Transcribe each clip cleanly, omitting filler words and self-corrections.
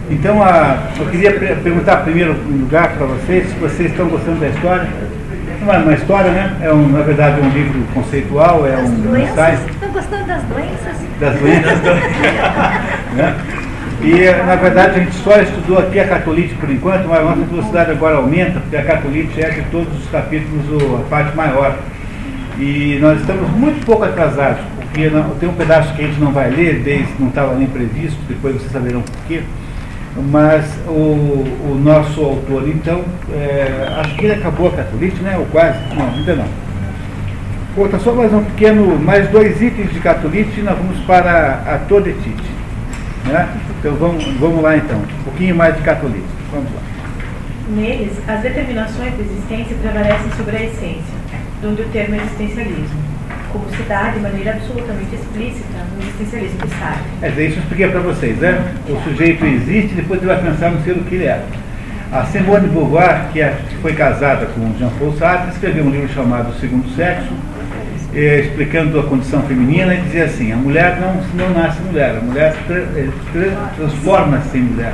Então, eu queria perguntar primeiro lugar para vocês, se vocês estão gostando da história. Não é uma história, né? Na verdade, um livro conceitual, é um ensaio. Estão gostando das doenças? Das doenças. Né? E, na verdade, a gente só estudou aqui a Catolite por enquanto, mas a nossa velocidade agora aumenta, porque a Catolite é de todos os capítulos a parte maior. E nós estamos muito pouco atrasados, porque tem um pedaço que a gente não vai ler, não estava nem previsto, depois vocês saberão por quê. Mas o nosso autor, então, acho que ele acabou a Catolite, né? Ou quase? Não, ainda não. Falta só mais 2 itens de Catolite e nós vamos para a Todetite. Né? Então vamos lá então, um pouquinho mais de Catolite. Vamos lá. Neles, as determinações da existência prevalecem sobre a essência, donde o termo existencialismo, como se dá de maneira absolutamente explícita no existencialismo de Sartre. Isso eu expliquei para vocês, né? O sujeito existe e depois ele vai pensar no ser o que ele é. A Simone de Beauvoir, que foi casada com Jean-Paul Sartre, escreveu um livro chamado O Segundo Sexo, explicando a condição feminina, e dizia assim: a mulher não nasce mulher, a mulher transforma-se em mulher.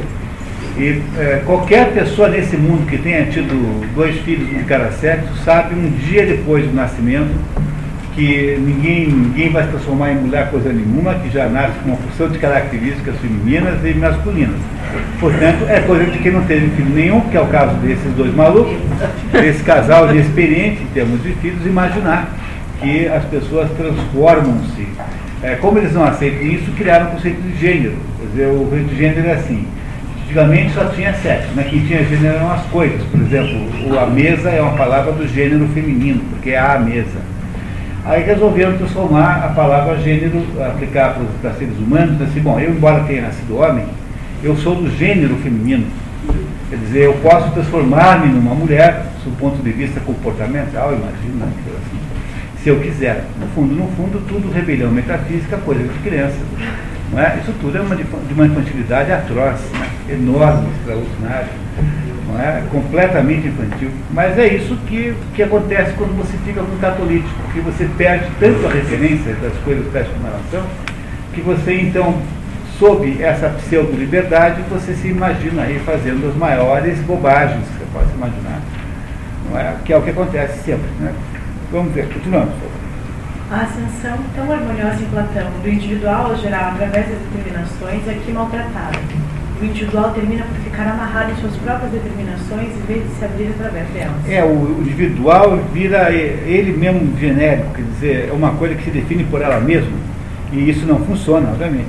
E qualquer pessoa nesse mundo que tenha tido 2 filhos de cada sexo sabe um dia depois do nascimento que ninguém vai se transformar em mulher coisa nenhuma, que já nasce com uma porção de características femininas e masculinas. Portanto, é coisa de quem não teve filho nenhum, que é o caso desses 2 malucos, desse casal de experiente em termos de filhos, imaginar que as pessoas transformam-se. Como eles não aceitam isso, criaram o conceito de gênero. Quer dizer, o conceito de gênero é assim: antigamente só tinha sexo, né? Quem tinha gênero eram as coisas. Por exemplo, a mesa é uma palavra do gênero feminino, porque é a mesa. Aí resolveram transformar a palavra gênero, aplicar para seres humanos, assim: bom, eu, embora tenha nascido homem, eu sou do gênero feminino. Quer dizer, eu posso transformar-me numa mulher, do ponto de vista comportamental, imagina, assim, se eu quiser. No fundo, tudo rebelião metafísica, coisa de criança. Não é? Isso tudo é de uma infantilidade atroz, né? Enorme, extraordinária. Não é? Completamente infantil. Mas é isso que acontece quando você fica com o catolítico, porque você perde tanto a referência das coisas prestes na narração, que você então, sob essa pseudo-liberdade, você se imagina aí fazendo as maiores bobagens que você possa imaginar. Não é? Que é o que acontece sempre. Né? Vamos ver, continuamos. A ascensão tão harmoniosa em Platão do individual ao geral através das determinações é aqui maltratada. O individual termina por ficar amarrado em suas próprias determinações em vez de se abrir através delas. O individual vira ele mesmo genérico, quer dizer, é uma coisa que se define por ela mesma, e isso não funciona, obviamente.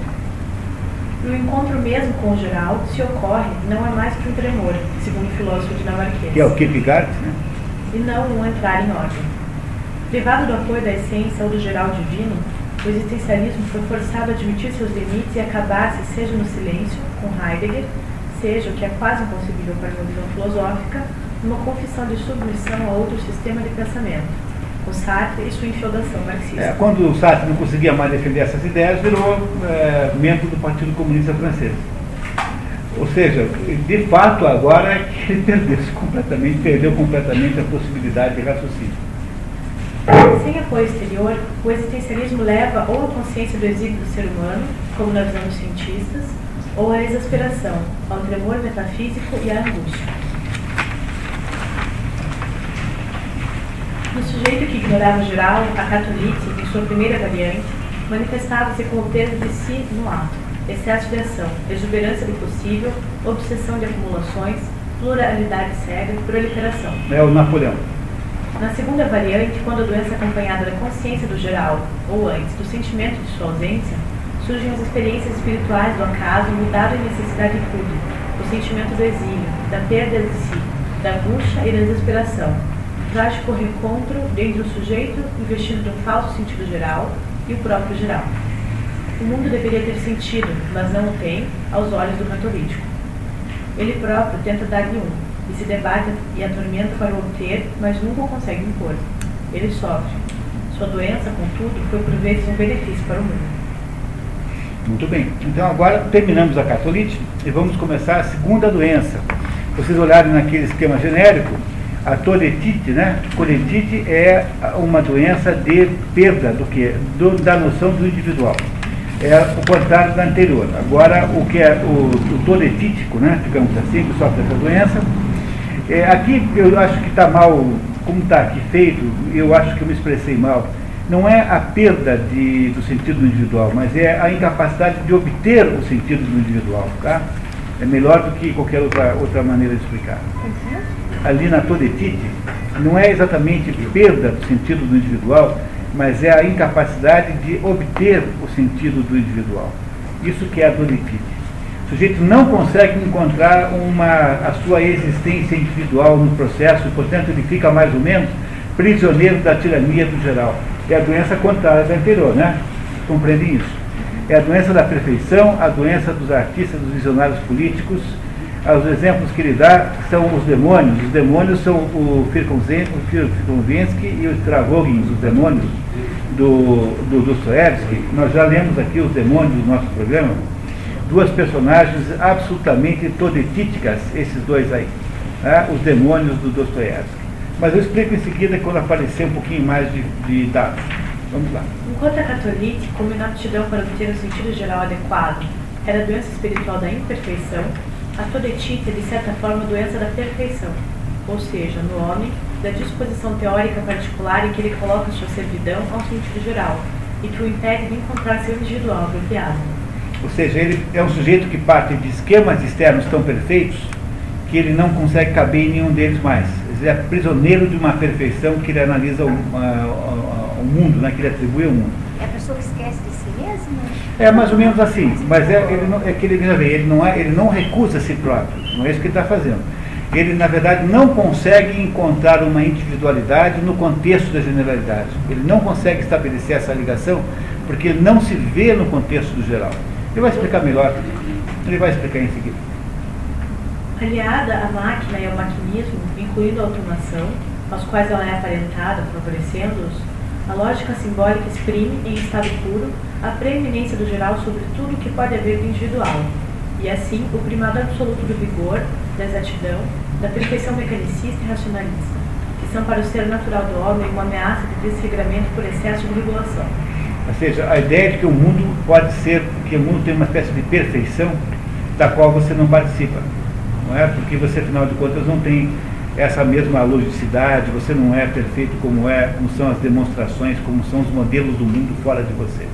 O encontro mesmo com o geral, se ocorre, não é mais que um tremor, segundo o filósofo dinamarquês. Que é o Kierkegaard, né? E não um entrar em ordem. Privado do apoio da essência ou do geral divino, o existencialismo foi forçado a admitir seus limites e acabar-se, seja no silêncio, com Heidegger, seja, o que é quase impossível para uma visão filosófica, numa confissão de submissão a outro sistema de pensamento, com Sartre e sua enfeodação marxista. Quando o Sartre não conseguia mais defender essas ideias, virou membro do Partido Comunista Francês. Ou seja, de fato, agora é que ele perdeu completamente a possibilidade de raciocínio. Sem apoio exterior, o existencialismo leva ou à consciência do exílio do ser humano, como na visão dos cientistas, ou à exasperação, ao tremor metafísico e à angústia. No sujeito que ignorava o geral, a catolite, em sua primeira variante, manifestava-se com o peso de si no ato, excesso de ação, exuberância do possível, obsessão de acumulações, pluralidade cega, proliferação. É o Napoleão. Na segunda variante, quando a doença é acompanhada da consciência do geral, ou antes, do sentimento de sua ausência, surgem as experiências espirituais do acaso mudado em necessidade de tudo, o sentimento do exílio, da perda de si, da angústia e da desesperação, o trágico reencontro entre o sujeito investido de um falso sentido geral e o próprio geral. O mundo deveria ter sentido, mas não o tem, aos olhos do catolítico. Ele próprio tenta dar-lhe um, e se debate e atormenta para o obter, mas nunca o consegue impor. Ele sofre. Sua doença, contudo, foi por vezes um benefício para o mundo. Muito bem. Então agora terminamos a catolite e vamos começar a segunda doença. Vocês olharem naquele esquema genérico, a toletite, né? Toletite é uma doença de perda da noção do individual. é o contrário da anterior. Agora, o que é o toletítico, né, digamos assim, que sofre essa doença, aqui eu acho que está mal, como está aqui feito, eu acho que eu me expressei mal, não é a perda do sentido individual, mas é a incapacidade de obter o sentido do individual, tá? É melhor do que qualquer outra maneira de explicar. Ali na toletite, não é exatamente perda do sentido do individual, mas é a incapacidade de obter o sentido do individual. Isso que é a toletite. O sujeito não consegue encontrar a sua existência individual no processo, e, portanto, ele fica mais ou menos prisioneiro da tirania do geral. É a doença contrária da anterior, né? Compreendem isso? É a doença da perfeição, a doença dos artistas, dos visionários políticos. Os exemplos que ele dá são os demônios. Os demônios são o Firkovensky e o Stravogin, os demônios do Dostoiévski. Nós já lemos aqui os demônios do nosso programa. Duas personagens absolutamente todetíticas, esses dois aí, né? Os demônios do Dostoiévski. Mas eu explico em seguida quando aparecer um pouquinho mais de dados. Vamos lá. Enquanto a catolite, como inaptidão para obter o sentido geral adequado, era a doença espiritual da imperfeição, a todetite é, de certa forma, a doença da perfeição, ou seja, no homem, da disposição teórica particular em que ele coloca sua servidão ao sentido geral, e que o impede de encontrar seu individual apropriado. Ou seja, ele é um sujeito que parte de esquemas externos tão perfeitos que ele não consegue caber em nenhum deles mais. Ele é prisioneiro de uma perfeição que ele analisa o mundo, né, que ele atribui ao mundo. É a pessoa que esquece de si mesma? É mais ou menos assim, mas ele não recusa a si próprio, não é isso que ele está fazendo. Ele, na verdade, não consegue encontrar uma individualidade no contexto da generalidade. Ele não consegue estabelecer essa ligação porque ele não se vê no contexto do geral. Ele vai explicar melhor, ele vai explicar em seguida. Aliada à máquina e ao maquinismo, incluindo a automação, aos quais ela é aparentada, favorecendo-os, a lógica simbólica exprime, em estado puro, a preeminência do geral sobre tudo o que pode haver do individual, e assim o primado absoluto do vigor, da exatidão, da perfeição mecanicista e racionalista, que são para o ser natural do homem uma ameaça de desregramento por excesso de regulação. Ou seja, a ideia de que o mundo pode ser, que o mundo tem uma espécie de perfeição da qual você não participa, não é? Porque você, afinal de contas, não tem essa mesma logicidade, você não é perfeito como são as demonstrações, como são os modelos do mundo fora de você.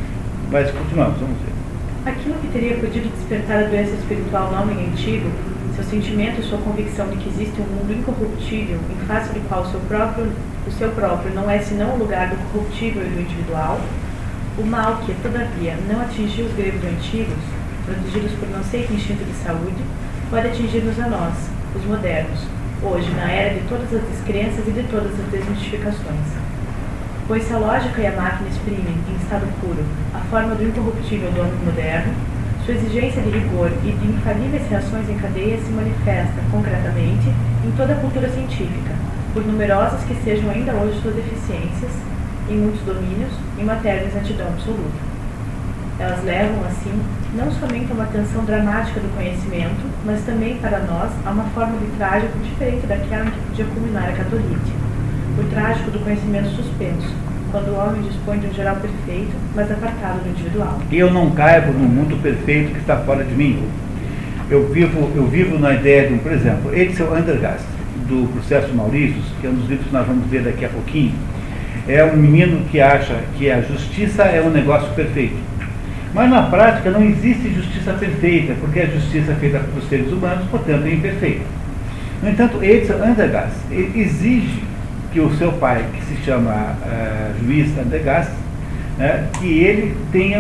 Mas continuamos, vamos ver. Aquilo que teria podido despertar a doença espiritual no homem antigo, seu sentimento e sua convicção de que existe um mundo incorruptível, em face do qual o seu próprio não é senão o lugar do corruptível e do individual, o mal que, todavia, não atingiu os gregos antigos, protegidos por não sei que instinto de saúde, pode atingir-nos a nós, os modernos, hoje, na era de todas as descrenças e de todas as desmistificações. Pois se a lógica e a máquina exprimem, em estado puro, a forma do incorruptível do homem moderno, sua exigência de rigor e de infalíveis reações em cadeia se manifesta, concretamente, em toda a cultura científica, por numerosas que sejam ainda hoje suas deficiências, em muitos domínios, em matéria de exatidão absoluta. Elas levam, assim, não somente a uma tensão dramática do conhecimento, mas também, para nós, a uma forma de trágico diferente daquela em que podia culminar a catolite. O trágico do conhecimento suspenso, quando o homem dispõe de um geral perfeito, mas apartado do individual. Eu não caibo no mundo perfeito que está fora de mim. Eu vivo na ideia de por exemplo, Edsel Andergast, do Processo Maurícios, que é um dos livros que nós vamos ver daqui a pouquinho, é um menino que acha que a justiça é um negócio perfeito. Mas na prática não existe justiça perfeita, porque a justiça é feita pelos seres humanos, portanto é imperfeita. No entanto, Edsel Andergast exige que o seu pai, que se chama juiz Andergast, que ele tenha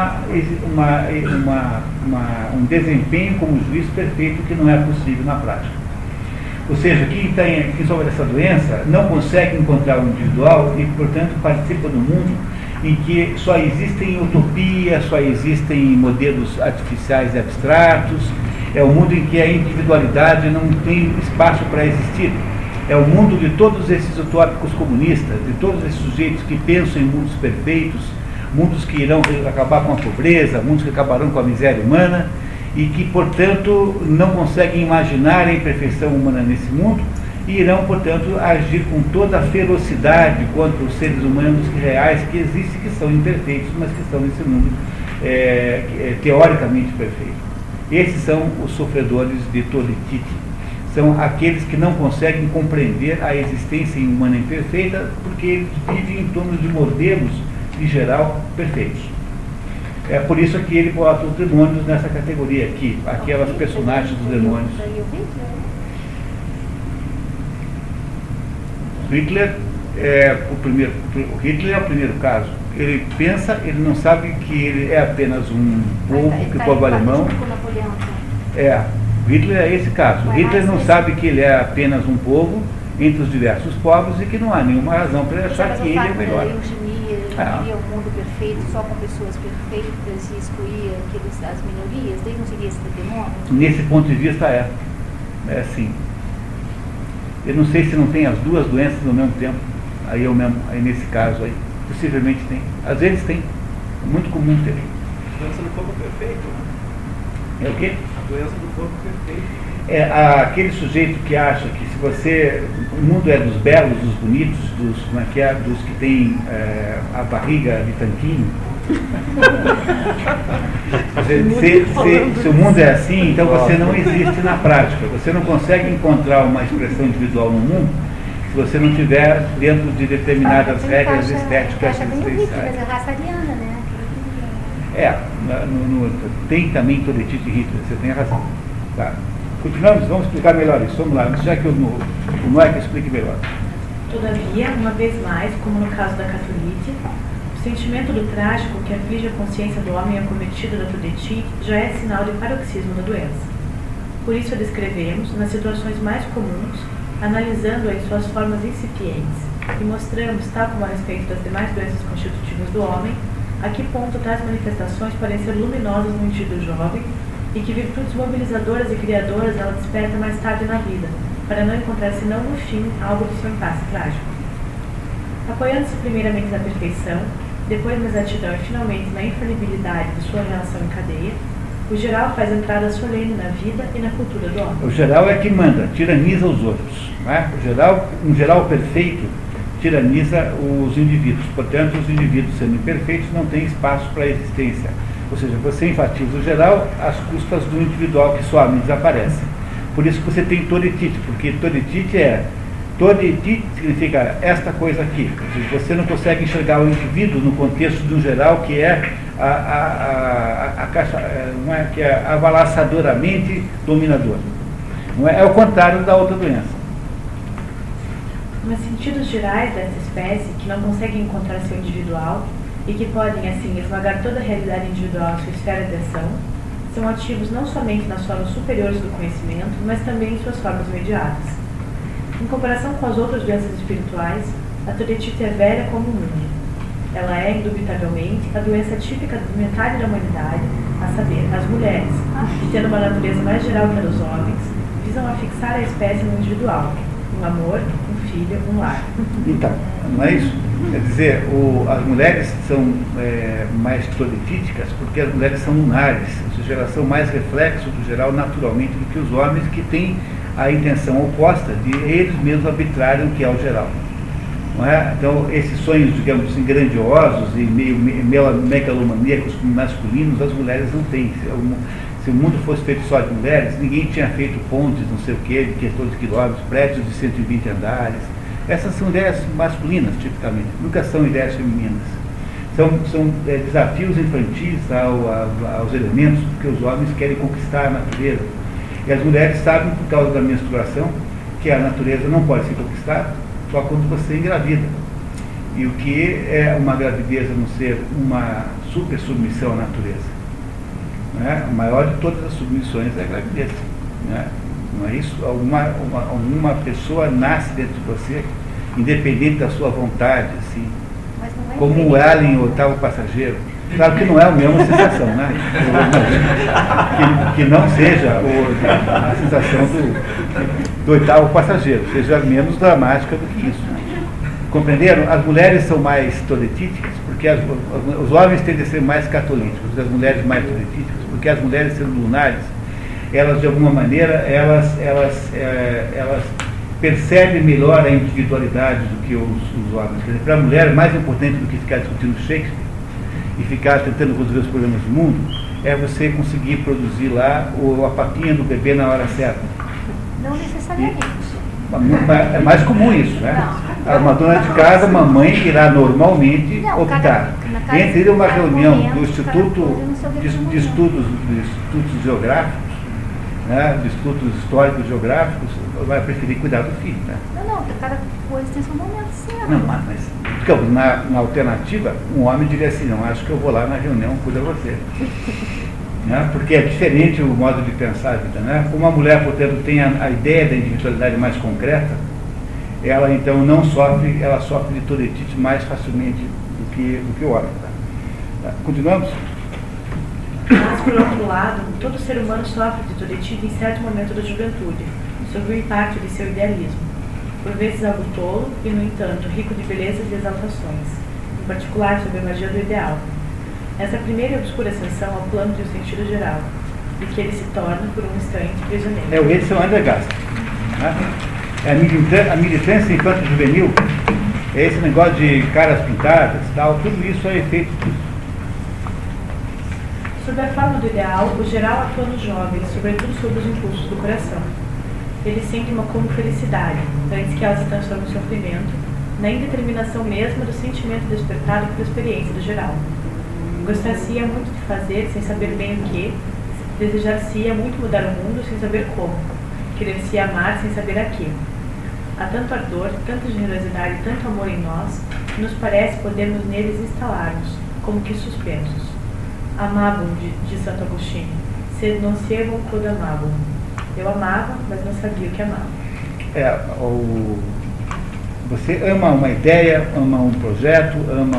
um desempenho como juiz perfeito, que não é possível na prática. Ou seja, quem sofre dessa doença não consegue encontrar o individual e, portanto, participa do mundo em que só existem utopias, só existem modelos artificiais e abstratos. É o mundo em que a individualidade não tem espaço para existir. É o mundo de todos esses utópicos comunistas, de todos esses sujeitos que pensam em mundos perfeitos, mundos que irão acabar com a pobreza, mundos que acabarão com a miséria humana, e que, portanto, não conseguem imaginar a imperfeição humana nesse mundo e irão, portanto, agir com toda a ferocidade contra os seres humanos reais que existem, que são imperfeitos, mas que estão nesse mundo teoricamente perfeito. Esses são os sofredores de toletite. São aqueles que não conseguem compreender a existência humana imperfeita, porque eles vivem em torno de modelos, em geral, perfeitos. É por isso que ele bota os demônios nessa categoria aqui, aquelas personagens dos demônios. Hitler é o primeiro caso. Ele pensa, ele não sabe que ele é apenas um povo, que o povo alemão. Hitler é esse caso. Hitler não sabe que ele é apenas um povo entre os diversos povos e que não há nenhuma razão para ele achar que ele é o melhor. Queria um mundo perfeito, só com pessoas perfeitas e excluía as minorias, daí não seria esse demônio? Nesse ponto de vista é assim. Eu não sei se não tem as duas doenças no mesmo tempo. Aí nesse caso aí, possivelmente tem. Às vezes tem. É muito comum ter. A doença do corpo perfeito, né? É o quê? A doença do corpo perfeito. Aquele sujeito que acha que se você... O mundo é dos belos, dos bonitos, dos que têm a barriga de tanquinho. Se o mundo é assim, então você não existe na prática. Você não consegue encontrar uma expressão individual no mundo se você não estiver dentro de determinadas regras estéticas existenciais. Mas é raça ariana, né? Tem também toletite Hitler, você tem razão. Tá. Continuamos, vamos explicar melhor isso. Vamos lá, já que o Noé que explique melhor. Todavia, uma vez mais, como no caso da catolite, o sentimento do trágico que aflige a consciência do homem acometido da toletite já é sinal de paroxismo da doença. Por isso a descrevemos nas situações mais comuns, analisando-a em suas formas incipientes, e mostramos, tal como a respeito das demais doenças constitutivas do homem, a que ponto tais manifestações podem ser luminosas no indivíduo jovem e que virtudes mobilizadoras e criadoras ela desperta mais tarde na vida, para não encontrar senão no fim algo de seu impasse trágico. Apoiando-se primeiramente na perfeição, depois na exatidão e finalmente na infalibilidade de sua relação em cadeia, o geral faz entrada solene na vida e na cultura do homem. O geral é que manda, tiraniza os outros. Né? Um geral perfeito tiraniza os indivíduos. Portanto, os indivíduos sendo imperfeitos não têm espaço para a existência. Ou seja, você enfatiza o geral às custas do individual que somente desaparece. Por isso que você tem toletite, porque toletite significa esta coisa aqui. Ou seja, você não consegue enxergar o indivíduo no contexto de um geral que é que é avalaçadoramente dominador. Não é o contrário da outra doença. Nos sentidos gerais dessa espécie, que não conseguem encontrar seu individual e que podem, assim, esmagar toda a realidade individual em sua esfera de ação, são ativos não somente nas formas superiores do conhecimento, mas também em suas formas imediatas. Em comparação com as outras doenças espirituais, a toletite é velha como o mundo. Ela é, indubitavelmente, a doença típica de metade da humanidade, a saber, as mulheres, que, tendo uma natureza mais geral que a dos homens, visam a fixar a espécie no individual, um amor, um filho, um lar. Então, não é isso? Quer dizer, as mulheres são mais toletíticas porque as mulheres são lunares, ou seja, elas são mais reflexo do geral naturalmente do que os homens, que têm a intenção oposta de eles mesmos arbitrarem o que é o geral. Não é? Então, esses sonhos, digamos assim, grandiosos e meio megalomaníacos masculinos, as mulheres não têm. Se o mundo fosse feito só de mulheres, ninguém tinha feito pontes, não sei o quê, de questões de quilômetros, prédios de 120 andares. Essas são ideias masculinas, tipicamente, nunca são ideias femininas. São desafios infantis aos elementos que os homens querem conquistar a natureza. E as mulheres sabem, por causa da menstruação, que a natureza não pode ser conquistada só quando você engravida. E o que é uma gravidez a não ser uma super submissão à natureza? Né? A maior de todas as submissões é a gravidez. Né? Não é isso? Alguma pessoa nasce dentro de você, independente da sua vontade, assim, como o Alien, o oitavo passageiro. Claro que não é a mesma sensação, né? Que não seja a sensação do oitavo passageiro, seja menos dramática do que isso. Compreenderam? As mulheres são mais toletíticas, porque os homens tendem a ser mais catolíticos, as mulheres mais toletíticas, porque as mulheres sendo lunares, elas de alguma maneira, elas percebem melhor a individualidade do que os homens. Para a mulher, mais importante do que ficar discutindo Shakespeare, e ficar tentando resolver os problemas do mundo, é você conseguir produzir lá a papinha do bebê na hora certa. Não necessariamente. É mais comum isso, né? Não. Uma dona de casa, mamãe, irá normalmente optar entre ir a uma reunião do Instituto de Estudos Geográficos, né, de Estudos Históricos Geográficos, vai preferir cuidar do filho, né? Não, cada coisa tem seu momento certo. Não, mas digamos, na alternativa, um homem diria assim, não, acho que eu vou lá na reunião, cuida você. Né? Porque é diferente o modo de pensar a vida, né? Como a mulher, portanto, tem a ideia da individualidade mais concreta, ela então não sofre, ela sofre de toletite mais facilmente do que o homem. Tá? Continuamos? Mas, por outro lado, todo ser humano sofre de toletite em certo momento da juventude, sob o impacto de seu idealismo, por vezes algo tolo e, no entanto, rico de belezas e exaltações, em particular sob a magia do ideal. Essa primeira e obscura ascensão ao plano de um sentido geral, de que ele se torna, por um instante, prisioneiro. É o Edson Andergast. Né? A militância infanto-juvenil, é esse negócio de caras pintadas, tal, tudo isso é efeito disso. Sob a forma do ideal, o geral atua nos jovens, sobretudo sob os impulsos do coração. Eles sentem uma como felicidade, antes que ela se transforme em sofrimento, na indeterminação mesma do sentimento despertado pela experiência do geral. Gostar-se-ia muito de fazer sem saber bem o que, desejar-se-ia muito mudar o mundo sem saber como, querer-se amar sem saber a quê. Há tanto ardor, tanta generosidade e tanto amor em nós, que nos parece podermos neles instalar-nos, como que suspensos. Amavam, de Santo Agostinho, se non servam quod amavam. Eu amava, mas não sabia o que amava. Você ama uma ideia, ama um projeto, ama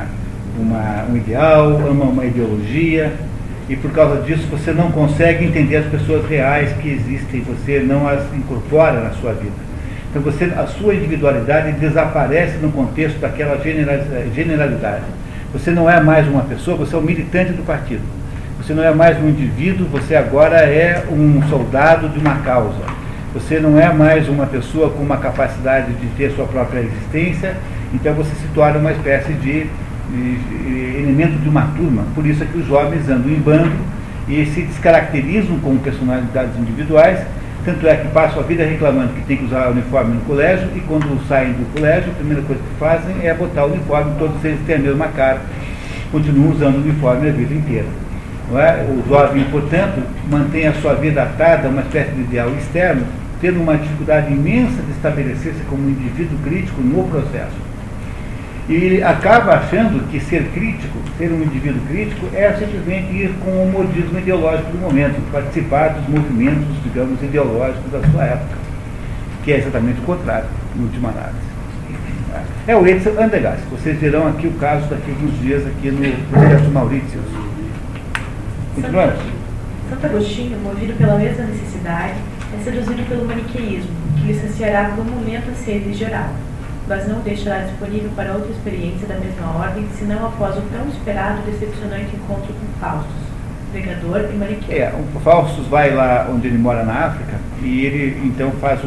um ideal, ama uma ideologia, e por causa disso você não consegue entender as pessoas reais que existem, você não as incorpora na sua vida. Então a sua individualidade desaparece no contexto daquela generalidade. Você não é mais uma pessoa, você é um militante do partido. Você não é mais um indivíduo, você agora é um soldado de uma causa. Você não é mais uma pessoa com uma capacidade de ter sua própria existência, então você se torna uma espécie de elemento de uma turma. Por isso é que os jovens andam em bando e se descaracterizam como personalidades individuais, tanto é que passam a vida reclamando que tem que usar uniforme no colégio, e quando saem do colégio, a primeira coisa que fazem é botar o uniforme, todos eles têm a mesma cara, continuam usando o uniforme a vida inteira. Não é? O jovem, portanto, mantém a sua vida atada a uma espécie de ideal externo, tendo uma dificuldade imensa de estabelecer-se como um indivíduo crítico no processo. E ele acaba achando que ser crítico, ser um indivíduo crítico, é simplesmente ir com o modismo ideológico do momento, participar dos movimentos, digamos, ideológicos da sua época, que é exatamente o contrário, em última análise. É o Edson Andergast. Vocês verão aqui o caso daqui a alguns dias aqui no processo Maurício. Continuamos? Santo Agostinho, movido pela mesma necessidade, é seduzido pelo maniqueísmo, que lhe saciará por um momento a sede geral, mas não o deixará disponível para outra experiência da mesma ordem, senão após o tão esperado e decepcionante encontro com Faustus, pregador e maniqueu. O Faustus vai lá onde ele mora na África, e ele então faz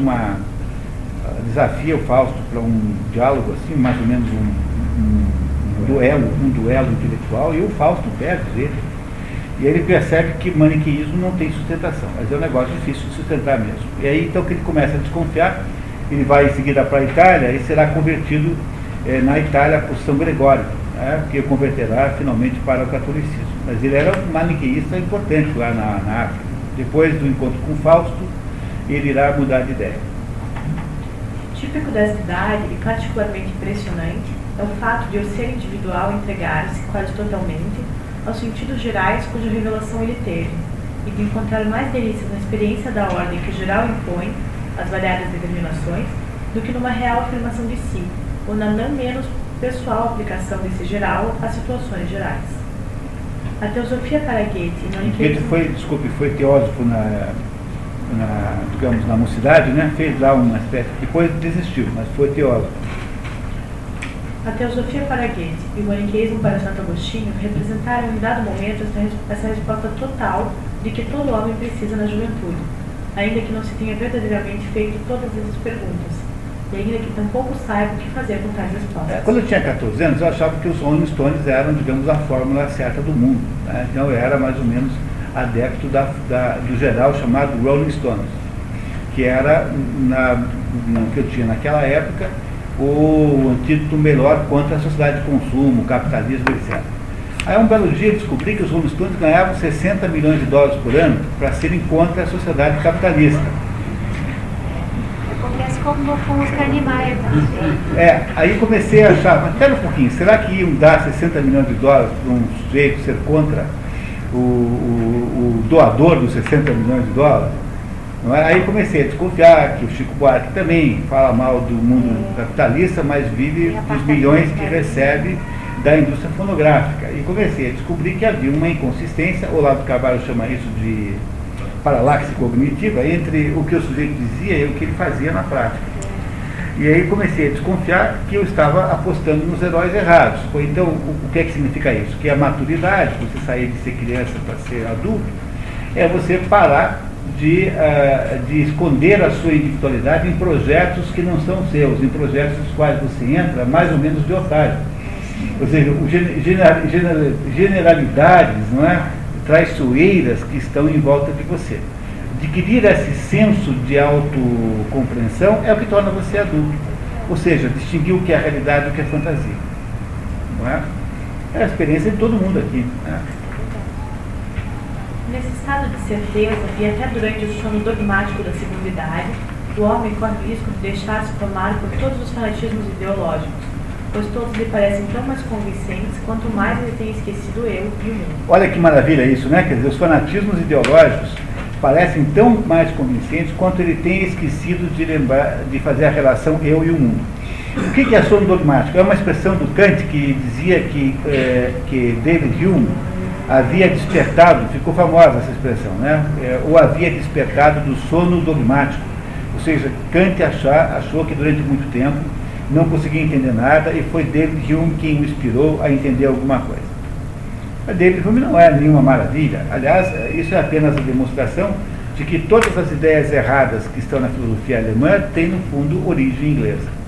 desafia o Fausto para um diálogo assim, mais ou menos um duelo intelectual, e o Fausto perde ele. E ele percebe que maniqueísmo não tem sustentação, mas é um negócio difícil de sustentar mesmo. E aí então que ele começa a desconfiar. Ele vai em seguida para a Itália e será convertido na Itália por São Gregório, né, que o converterá finalmente para o catolicismo. Mas ele era um maniqueísta importante lá na África. Depois do encontro com Fausto, ele irá mudar de ideia. Típico desta idade e particularmente impressionante é o fato de o ser individual entregar-se quase totalmente aos sentidos gerais cuja revelação ele teve, e de encontrar mais delícias na experiência da ordem que o geral impõe as variadas determinações, do que numa real afirmação de si, ou na não menos pessoal aplicação desse geral às situações gerais. A teosofia para Goethe e maniqueísmo... foi teósofo na mocidade, né? Fez lá uma espécie, depois desistiu, mas foi teósofo. A teosofia para Goethe e o maniqueísmo para Santo Agostinho representaram em dado momento essa resposta total de que todo homem precisa na juventude, ainda que não se tenha verdadeiramente feito todas essas perguntas, e ainda que tampouco saiba o que fazer com tais respostas. Quando eu tinha 14 anos, eu achava que os Rolling Stones eram, digamos, a fórmula certa do mundo, né? Então eu era mais ou menos adepto do geral chamado Rolling Stones, que era, no que eu tinha naquela época, o antídoto melhor contra a sociedade de consumo, capitalismo, etc. Aí um belo dia eu descobri que os Rolling Stones ganhavam 60 milhões de dólares por ano para serem contra a sociedade capitalista. Acontece como com os Carne Maia também. Aí comecei a achar, mas espera um pouquinho, será que iam dar 60 milhões de dólares para um sujeito ser contra o doador dos 60 milhões de dólares? Não é? Aí comecei a desconfiar que o Chico Buarque também fala mal do mundo capitalista, mas vive dos milhões que recebe da indústria fonográfica. E comecei a descobrir que havia uma inconsistência, o Olavo de Carvalho chama isso de paralaxe cognitiva, entre o que o sujeito dizia e o que ele fazia na prática. E aí comecei a desconfiar que eu estava apostando nos heróis errados. Então, o que é que significa isso? Que a maturidade, você sair de ser criança para ser adulto, é você parar de esconder a sua individualidade em projetos que não são seus, em projetos nos quais você entra mais ou menos de otário. Ou seja, generalidades, não é? Traiçoeiras que estão em volta de você. Adquirir esse senso de autocompreensão é o que torna você adulto. Ou seja, distinguir o que é realidade e o que é fantasia. Não é? É a experiência de todo mundo aqui. Né? Nesse estado de certeza, e até durante o sono dogmático da segunda idade, o homem corre o risco de deixar-se tomar por todos os fanatismos ideológicos, pois todos lhe parecem tão mais convincentes quanto mais ele tem esquecido eu e o mundo. Olha que maravilha isso, né? Quer dizer, os fanatismos ideológicos parecem tão mais convincentes quanto ele tem esquecido de fazer a relação eu e o mundo. O que é sono dogmático? É uma expressão do Kant que dizia que David Hume havia despertado, ficou famosa essa expressão, né? Ou havia despertado do sono dogmático. Ou seja, Kant achou que durante muito tempo não conseguia entender nada e foi David Hume quem o inspirou a entender alguma coisa. Mas David Hume não é nenhuma maravilha. Aliás, isso é apenas a demonstração de que todas as ideias erradas que estão na filosofia alemã têm, no fundo, origem inglesa.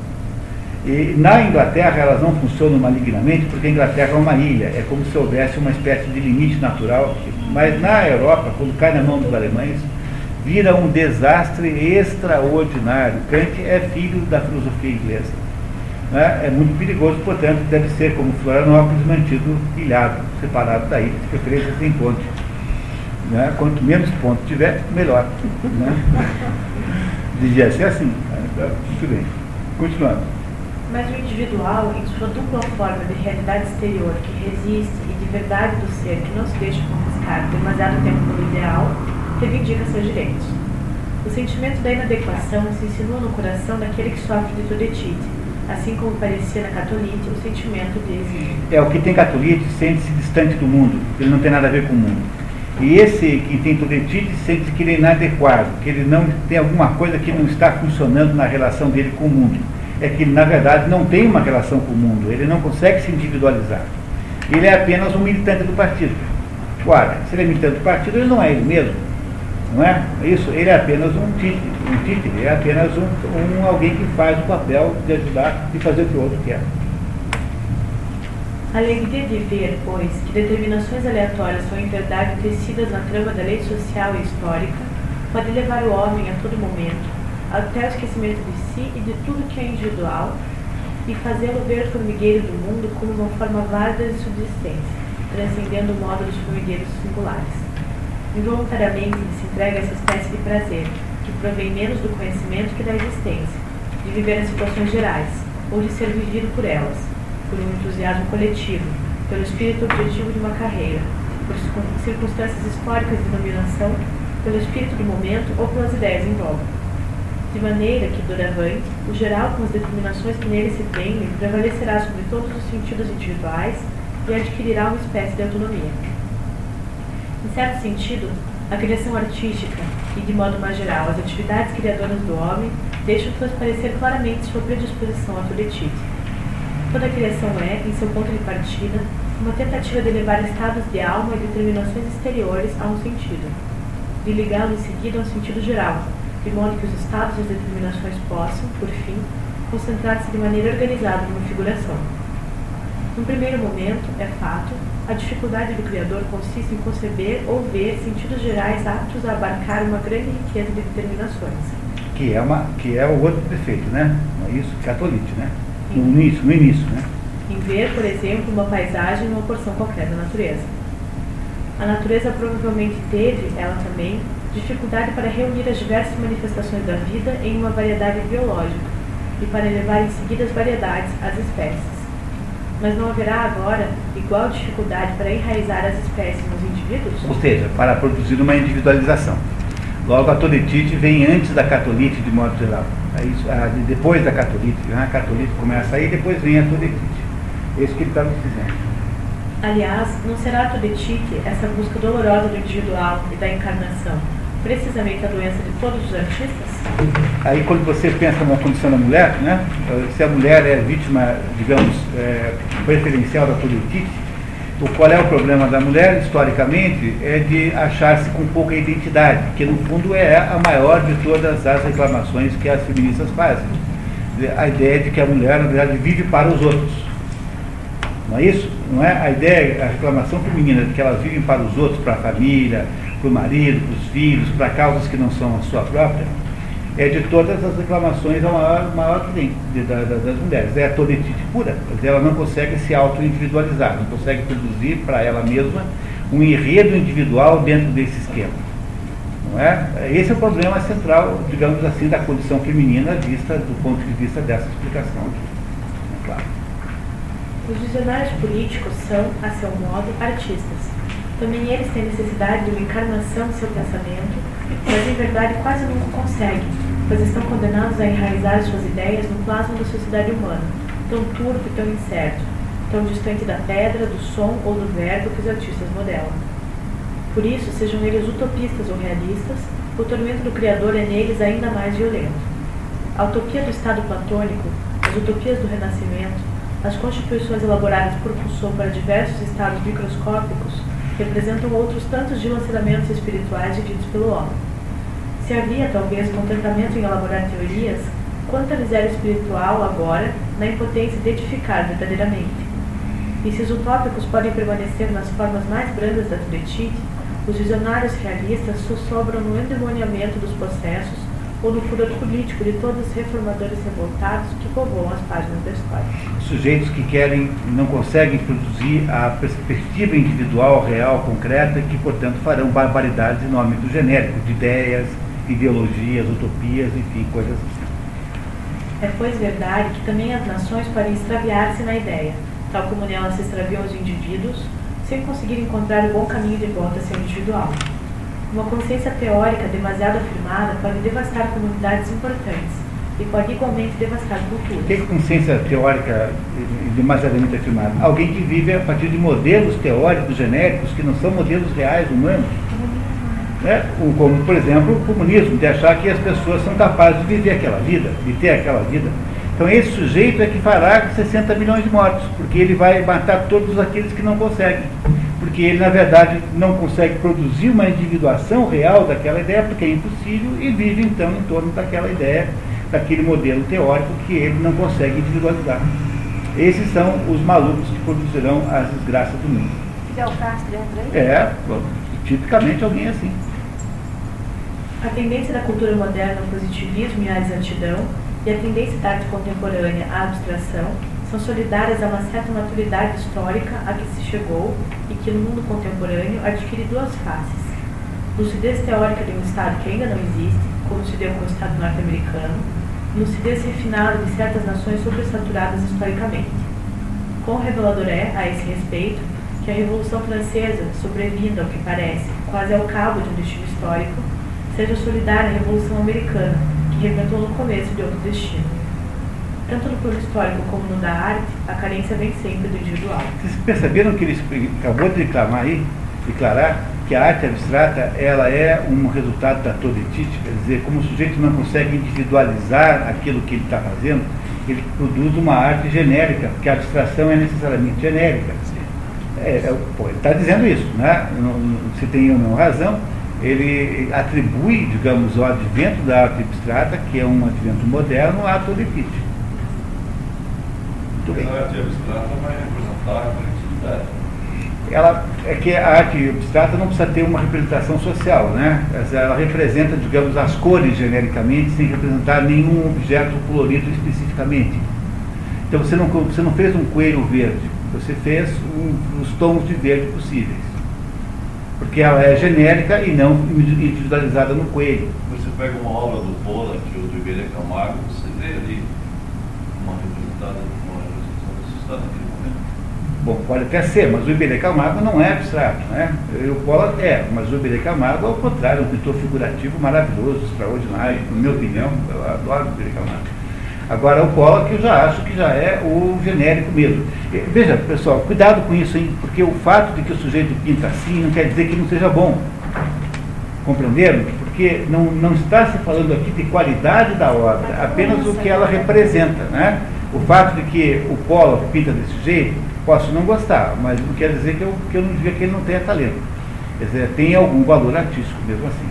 E na Inglaterra elas não funcionam malignamente porque a Inglaterra é uma ilha, é como se houvesse uma espécie de limite natural, mas na Europa, quando cai na mão dos alemães, vira um desastre extraordinário. Kant é filho da filosofia inglesa. É muito perigoso, portanto, deve ser como Florianópolis mantido ilhado, separado da ilha, de preferência sem ponte. Né? Quanto menos ponto tiver, melhor. Né? Devia ser assim. Muito bem. Continuando. Mas o individual, em sua dupla forma de realidade exterior que resiste e de verdade do ser que não se deixa confiscar demasiado tempo pelo ideal, reivindica seus direitos. O sentimento da inadequação se insinua no coração daquele que sofre de Tourette, assim como parecia na Catolite o sentimento de exílio. O que tem Catolite sente-se distante do mundo, ele não tem nada a ver com o mundo. E esse que tem Tourette sente que ele é inadequado, que ele não tem alguma coisa que não está funcionando na relação dele com o mundo. É que ele, na verdade, não tem uma relação com o mundo, ele não consegue se individualizar. Ele é apenas um militante do partido. Ora, se ele é militante do partido, ele não é ele mesmo. Não é? Isso, ele é apenas um títere, é apenas alguém que faz o papel de ajudar e fazer o que o outro quer. A alegria de ver, pois, que determinações aleatórias são em verdade tecidas na trama da lei social e histórica, pode levar o homem a todo momento até o esquecimento de si e de tudo que é individual e fazê-lo ver o formigueiro do mundo como uma forma válida de subsistência, transcendendo o modo dos formigueiros singulares. Involuntariamente ele se entrega a essa espécie de prazer, que provém menos do conhecimento que da existência, de viver as situações gerais, ou de ser vivido por elas, por um entusiasmo coletivo, pelo espírito objetivo de uma carreira, por circunstâncias históricas de dominação, pelo espírito do momento ou pelas ideias em voga. De maneira que, doravante, o geral com as determinações que nele se prendem prevalecerá sobre todos os sentidos individuais e adquirirá uma espécie de autonomia. Em certo sentido, a criação artística e, de modo mais geral, as atividades criadoras do homem deixam transparecer claramente sua predisposição à Tourette. Toda a criação é, em seu ponto de partida, uma tentativa de levar estados de alma e determinações exteriores a um sentido, de ligá-lo em seguida a um sentido geral, de modo que os estados e as determinações possam, por fim, concentrar-se de maneira organizada numa figuração. Num primeiro momento, é fato, a dificuldade do criador consiste em conceber ou ver sentidos gerais aptos a abarcar uma grande riqueza de determinações. Que é o outro defeito, né? Não é isso? Catolite, né? No início, né? Em ver, por exemplo, uma paisagem numa porção concreta da natureza. A natureza provavelmente teve, ela também, dificuldade para reunir as diversas manifestações da vida em uma variedade biológica e para elevar em seguida as variedades às espécies. Mas não haverá agora igual dificuldade para enraizar as espécies nos indivíduos? Ou seja, para produzir uma individualização. Logo, a toletite vem antes da catolite, de modo geral. Depois da catolite, a catolite começa aí, depois vem a toletite. É isso que ele está nos dizendo. Aliás, não será a toletite essa busca dolorosa do individual e da encarnação precisamente a doença de todos os artistas? Aí, quando você pensa na condição da mulher, né? Se a mulher é vítima, digamos, preferencial da toletite, qual é o problema da mulher, historicamente, é de achar-se com pouca identidade, que no fundo é a maior de todas as reclamações que as feministas fazem. A ideia de que a mulher, na verdade, vive para os outros. Não é isso? Não é? A reclamação feminina de que elas vivem para os outros, para a família, para o marido, para os filhos, para causas que não são a sua própria, é de todas as reclamações a maior que tem das mulheres. É a toletite pura. Ela não consegue se auto-individualizar, não consegue produzir para ela mesma um enredo individual dentro desse esquema. Não é? Esse é o problema central, digamos assim, da condição feminina vista do ponto de vista dessa explicação aqui. É claro. Os visionários políticos são, a seu modo, artistas. Também eles têm necessidade de uma encarnação de seu pensamento, mas em verdade quase nunca conseguem, pois estão condenados a enraizar suas ideias no plasma da sociedade humana, tão turvo e tão incerto, tão distante da pedra, do som ou do verbo que os artistas modelam. Por isso, sejam eles utopistas ou realistas, o tormento do Criador é neles ainda mais violento. A utopia do Estado platônico, as utopias do Renascimento, as constituições elaboradas por Rousseau para diversos estados microscópicos representam outros tantos dilaceramentos espirituais vividos pelo homem. Se havia, talvez, contentamento em elaborar teorias, quanta miséria espiritual agora na impotência de edificar verdadeiramente. E se os utópicos podem permanecer nas formas mais brandas da toletite, os visionários realistas sobram no endemoniamento dos processos ou no furor político de todos os reformadores revoltados que povoam as páginas da história. Sujeitos que não conseguem produzir a perspectiva individual, real, concreta, e que, portanto, farão barbaridades em nome do genérico, de ideias, ideologias, utopias, enfim, coisas assim. É, pois, verdade que também as nações podem extraviar-se na ideia, tal como nelas se extraviam os indivíduos, sem conseguir encontrar o bom caminho de volta a ser individual. Uma consciência teórica demasiado afirmada pode devastar comunidades importantes e pode igualmente devastar culturas. O que é consciência teórica demasiadamente afirmada? Alguém que vive a partir de modelos teóricos genéricos que não são modelos reais, humanos. Né? Como, por exemplo, o comunismo, de achar que as pessoas são capazes de viver aquela vida, de ter aquela vida. Então esse sujeito é que fará 60 milhões de mortos, porque ele vai matar todos aqueles que não conseguem. Porque ele, na verdade, não consegue produzir uma individuação real daquela ideia, porque é impossível, e vive, então, em torno daquela ideia, daquele modelo teórico que ele não consegue individualizar. Esses são os malucos que produzirão as desgraças do mundo. Fidel Castro entra aí? Tipicamente alguém assim. A tendência da cultura moderna ao positivismo e à exatidão, e a tendência da arte contemporânea à abstração, são solidárias a uma certa maturidade histórica a que se chegou e que no mundo contemporâneo adquire duas faces. Lucidez teórica de um Estado que ainda não existe, como se deu com o Estado norte-americano, e lucidez refinada de certas nações sobressaturadas historicamente. Quão revelador é, a esse respeito, que a Revolução Francesa, sobrevinda ao que parece, quase ao cabo de um destino histórico, seja solidária à Revolução Americana, que reventou no começo de outro destino. Tanto no plano histórico como no da arte, a carência vem sempre do individual. Vocês perceberam que ele acabou de declarar que a arte abstrata ela é um resultado da toletite? Quer dizer, como o sujeito não consegue individualizar aquilo que ele está fazendo, ele produz uma arte genérica, porque a abstração é necessariamente genérica. Ele está dizendo isso, né? Se tem ou não razão, ele atribui, digamos, o advento da arte abstrata, que é um advento moderno, à toletite. Muito bem. A arte abstrata vai representar a coletividade. É que a arte abstrata não precisa ter uma representação social, né? Ela representa, digamos, as cores genericamente, sem representar nenhum objeto colorido especificamente. Então você não fez um coelho verde, você fez os tons de verde possíveis. Porque ela é genérica e não individualizada no coelho. Você pega uma obra do Pola, que o do Iberê Camargo, você vê ali uma representação que está naquele momento. Bom, pode até ser, mas o Iberê Camargo não é abstrato, né? O Pola é, mas o Iberê Camargo, ao contrário, é um pintor figurativo maravilhoso, extraordinário, na minha opinião, eu adoro o Iberê Camargo. Agora, o Pola, que eu já acho que já é o genérico mesmo. Veja, pessoal, cuidado com isso, hein? Porque o fato de que o sujeito pinta assim não quer dizer que não seja bom. Compreenderam? Porque não está se falando aqui de qualidade da obra, apenas o que ela representa, né? O fato de que o Pola pinta desse jeito, posso não gostar, mas não quer dizer que eu não diga que ele não tenha talento. Quer dizer, tem algum valor artístico mesmo assim.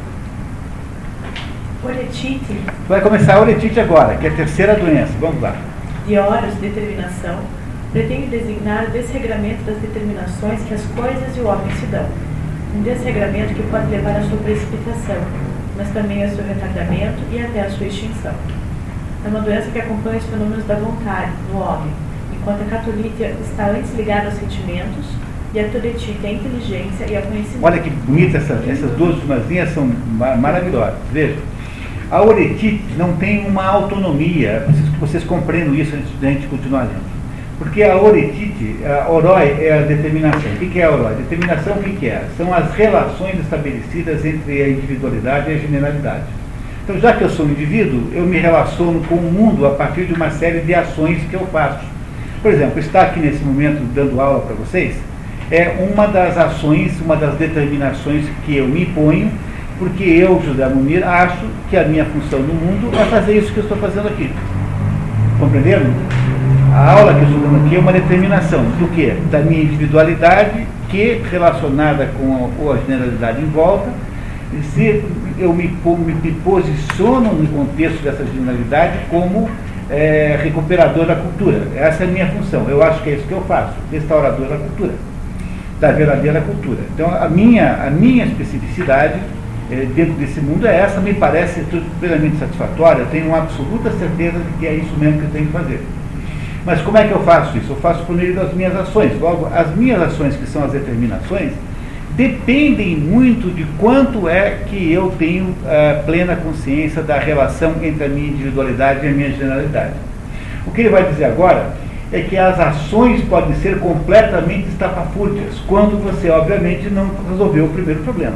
Oretite. Vai começar a oretite agora, que é a terceira doença. Vamos lá. De horas, determinação, pretende designar o desregramento das determinações que as coisas e o homem se dão. Um desregramento que pode levar à sua precipitação, mas também ao seu retardamento e até à sua extinção. É uma doença que acompanha os fenômenos da vontade no homem, enquanto a catolite está antes ligada aos sentimentos e a toretite à inteligência e ao conhecimento. Olha que bonita essas duas últimas linhas, são maravilhosas. Veja, a oretite não tem uma autonomia, vocês compreendam isso antes de a gente continuar lendo. Porque a oretite, a orói é a determinação. O que é a orói? Determinação, o que é? São as relações estabelecidas entre a individualidade e a generalidade. Então, já que eu sou um indivíduo, eu me relaciono com o mundo a partir de uma série de ações que eu faço. Por exemplo, estar aqui nesse momento dando aula para vocês é uma das ações, uma das determinações que eu me imponho, porque eu, José Munir, acho que a minha função no mundo é fazer isso que eu estou fazendo aqui. Compreenderam? A aula que eu estou dando aqui é uma determinação do quê? Da minha individualidade, que relacionada com a generalidade em volta, e se eu me posiciono no contexto dessa generalidade como recuperador da cultura. Essa é a minha função. Eu acho que é isso que eu faço, restaurador da cultura, da verdadeira cultura. Então, a minha especificidade dentro desse mundo é essa, me parece plenamente satisfatória, eu tenho uma absoluta certeza de que é isso mesmo que eu tenho que fazer. Mas como é que eu faço isso? Eu faço por meio das minhas ações. Logo, as minhas ações, que são as determinações, dependem muito de quanto é que eu tenho plena consciência da relação entre a minha individualidade e a minha generalidade. O que ele vai dizer agora é que as ações podem ser completamente estapafúrdias, quando você, obviamente, não resolveu o primeiro problema.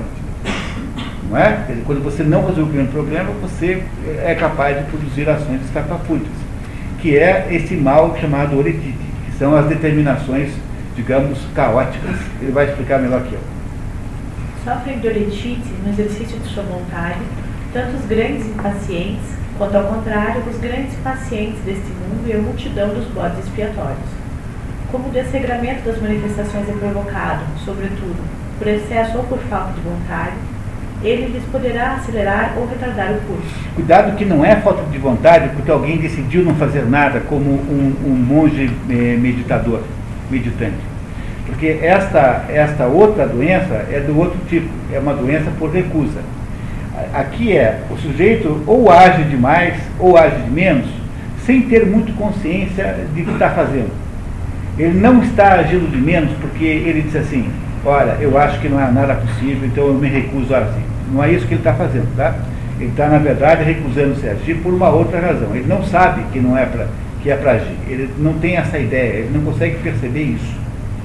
Não é? Quer dizer, quando você não resolveu o primeiro problema, você é capaz de produzir ações estapafúrdias, que é esse mal chamado oretite, que são as determinações, digamos, caóticas. Ele vai explicar melhor que eu. Sofrem de oretite no exercício de sua vontade, tanto os grandes impacientes, quanto ao contrário, os grandes pacientes deste mundo e a multidão dos bodes expiatórios. Como o desregramento das manifestações é provocado, sobretudo, por excesso ou por falta de vontade, ele lhes poderá acelerar ou retardar o curso. Cuidado que não é falta de vontade porque alguém decidiu não fazer nada, como um monge meditador, meditante. Porque esta outra doença é do outro tipo, é uma doença por recusa. Aqui o sujeito ou age demais ou age de menos, sem ter muito consciência de o que está fazendo. Ele não está agindo de menos porque ele diz assim, olha, eu acho que não é nada possível, então eu me recuso a agir. Não é isso que ele está fazendo, tá? Ele está, na verdade, recusando-se a agir por uma outra razão. Ele não sabe que não é para agir. Ele não tem essa ideia, ele não consegue perceber isso.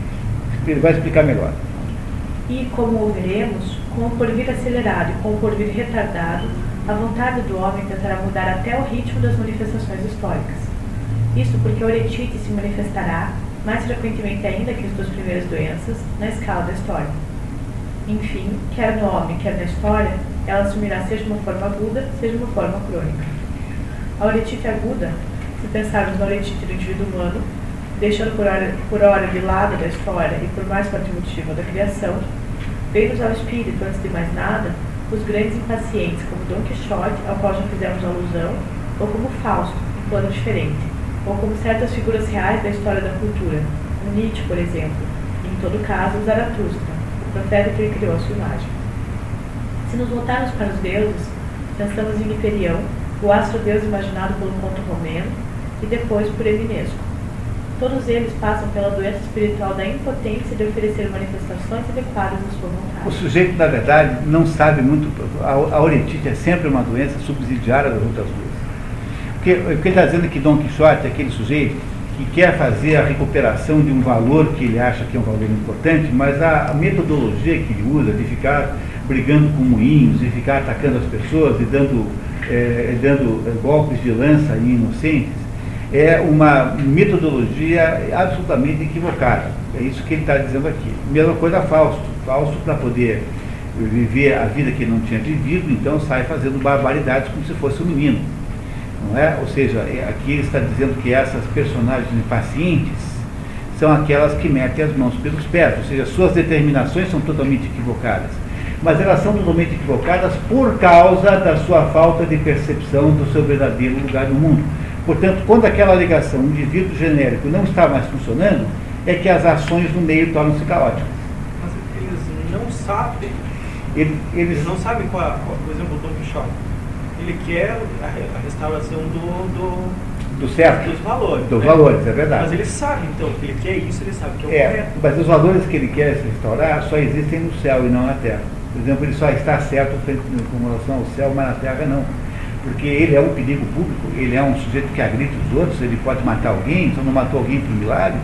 Ele vai explicar melhor. E, como veremos, com o porvir acelerado e com o porvir retardado, a vontade do homem tentará mudar até o ritmo das manifestações históricas. Isso porque a oretite se manifestará, mais frequentemente ainda que as duas primeiras doenças, na escala da história. Enfim, quer no homem, quer na história, ela assumirá seja uma forma aguda, seja uma forma crônica. A oretite aguda, se pensarmos na oretite do indivíduo humano, deixando por hora de lado da história e por mais forte motivo da criação, veio-nos ao espírito, antes de mais nada, os grandes impacientes, como Dom Quixote, ao qual já fizemos alusão, ou como Fausto, em plano diferente, ou como certas figuras reais da história da cultura, o Nietzsche, por exemplo, e, em todo caso, Zaratustra, o profeta que ele criou a sua imagem. Se nos voltarmos para os deuses, pensamos em Hiperião, o astro-deus imaginado pelo conto romeno, e depois por Eminesco. Todos eles passam pela doença espiritual da impotência de oferecer manifestações adequadas à sua vontade. O sujeito, na verdade, não sabe muito. A oretite é sempre uma doença subsidiária das outras duas. O que ele está dizendo é que Dom Quixote é aquele sujeito que quer fazer a recuperação de um valor que ele acha que é um valor importante, mas a metodologia que ele usa de ficar brigando com moinhos, de ficar atacando as pessoas e dando golpes de lança em inocentes, é uma metodologia absolutamente equivocada. É isso que ele está dizendo aqui. Mesma coisa Fausto. Fausto, para poder viver a vida que ele não tinha vivido, então sai fazendo barbaridades como se fosse um menino. Não é? Ou seja, aqui ele está dizendo que essas personagens impacientes são aquelas que metem as mãos pelos pés, ou seja, suas determinações são totalmente equivocadas. Mas elas são totalmente equivocadas por causa da sua falta de percepção do seu verdadeiro lugar no mundo. Portanto, quando aquela ligação, um indivíduo genérico, não está mais funcionando, é que as ações no meio tornam-se caóticas. Mas eles não sabem. Eles não sabem qual é, por exemplo, o Dom Quixote. Ele quer a restauração do certo, dos valores. Dos valores, é verdade. Mas ele sabe, então, que ele quer isso, ele sabe que é o correto. Mas os valores que ele quer se restaurar só existem no céu e não na terra. Por exemplo, ele só está certo com relação ao céu, mas na terra não. Porque ele é um perigo público, ele é um sujeito que agride os outros, ele pode matar alguém, só não matou alguém por milagre.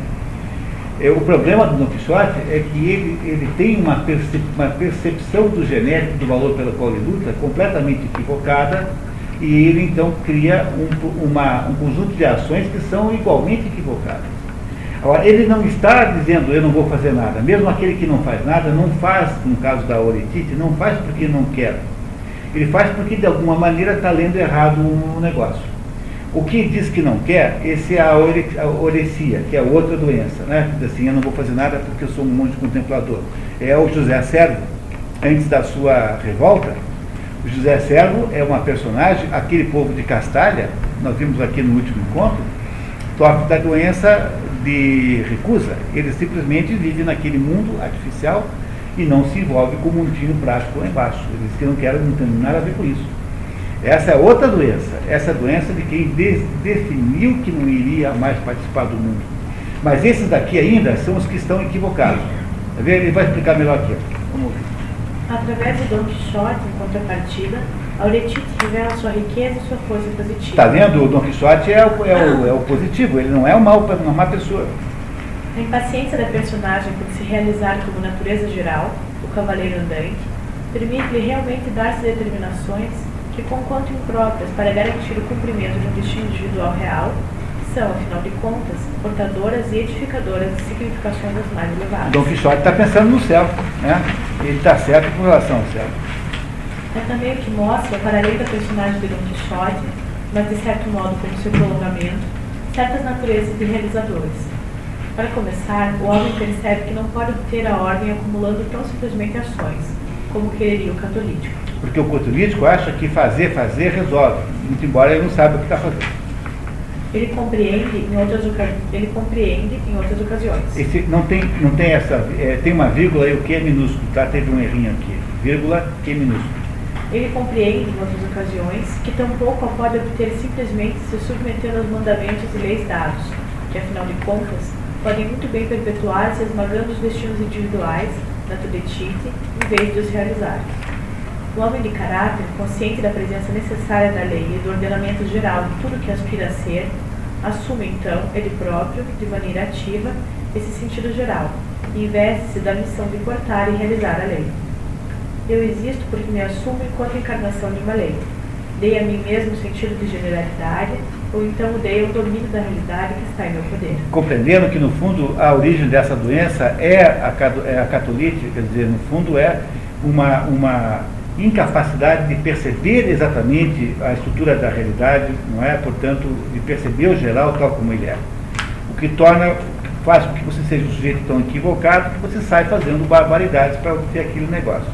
O problema do Dom Quixote é que ele tem uma percepção do genérico, do valor pelo qual ele luta, completamente equivocada, e ele então cria um conjunto de ações que são igualmente equivocadas. Agora, ele não está dizendo eu não vou fazer nada, mesmo aquele que não faz nada, não faz, no caso da oretite, não faz porque não quer. Ele faz porque de alguma maneira está lendo errado o negócio. O que diz que não quer, esse é a oresia, que é outra doença, né? Diz assim, eu não vou fazer nada porque eu sou um monge contemplador. É o José Servo, antes da sua revolta. O José Servo é uma personagem, aquele povo de Castalha, nós vimos aqui no último encontro, sofre da doença de recusa. Ele simplesmente vive naquele mundo artificial e não se envolve com o mundinho prático lá embaixo. Eles que não querem, não tem nada a ver com isso. Essa é outra doença. Essa é a doença de quem definiu que não iria mais participar do mundo. Mas esses daqui ainda são os que estão equivocados. Tá vendo? Ele vai explicar melhor aqui. Vamos ouvir. Através de Dom Quixote, em contrapartida, a oretite revela sua riqueza e sua força positiva. Está vendo? O Dom Quixote é o positivo. Ele não é uma má pessoa. A impaciência da personagem por se realizar como natureza geral, o cavaleiro andante, permite-lhe realmente dar-se determinações que, conquanto impróprias para garantir o cumprimento de um destino individual real, são, afinal de contas, portadoras e edificadoras de significações das mais elevadas. Dom Quixote está pensando no céu, né? Ele está certo com relação ao céu. É também o que mostra, para além da personagem de Dom Quixote, mas de certo modo como seu prolongamento, certas naturezas de realizadores. Para começar, o homem percebe que não pode obter a ordem acumulando tão simplesmente ações, como quereria o catolítico. Porque o catolítico acha que fazer resolve, muito embora ele não saiba o que está fazendo. Ele compreende em outras ocasiões. Tem uma vírgula e o que é minúsculo, tá? Teve um errinho aqui. Vírgula, que é minúsculo. Ele compreende em outras ocasiões que tampouco pode obter simplesmente se submetendo aos mandamentos e leis dados, que afinal de contas podem muito bem perpetuar-se esmagando os destinos individuais, naturalmente, em vez de os realizar. O homem de caráter, consciente da presença necessária da lei e do ordenamento geral de tudo que aspira a ser, assume então, ele próprio, de maneira ativa, esse sentido geral, e investe-se da missão de portar e realizar a lei. Eu existo porque me assumo enquanto encarnação de uma lei. Dei a mim mesmo o sentido de generalidade, ou então dei ao domínio da realidade que está em meu poder. Compreendendo que, no fundo, a origem dessa doença é a catolite, quer dizer, no fundo é uma incapacidade de perceber exatamente a estrutura da realidade, não é? Portanto, de perceber o geral tal como ele é. O que faz com que você seja um sujeito tão equivocado que você sai fazendo barbaridades para obter aquele negócio.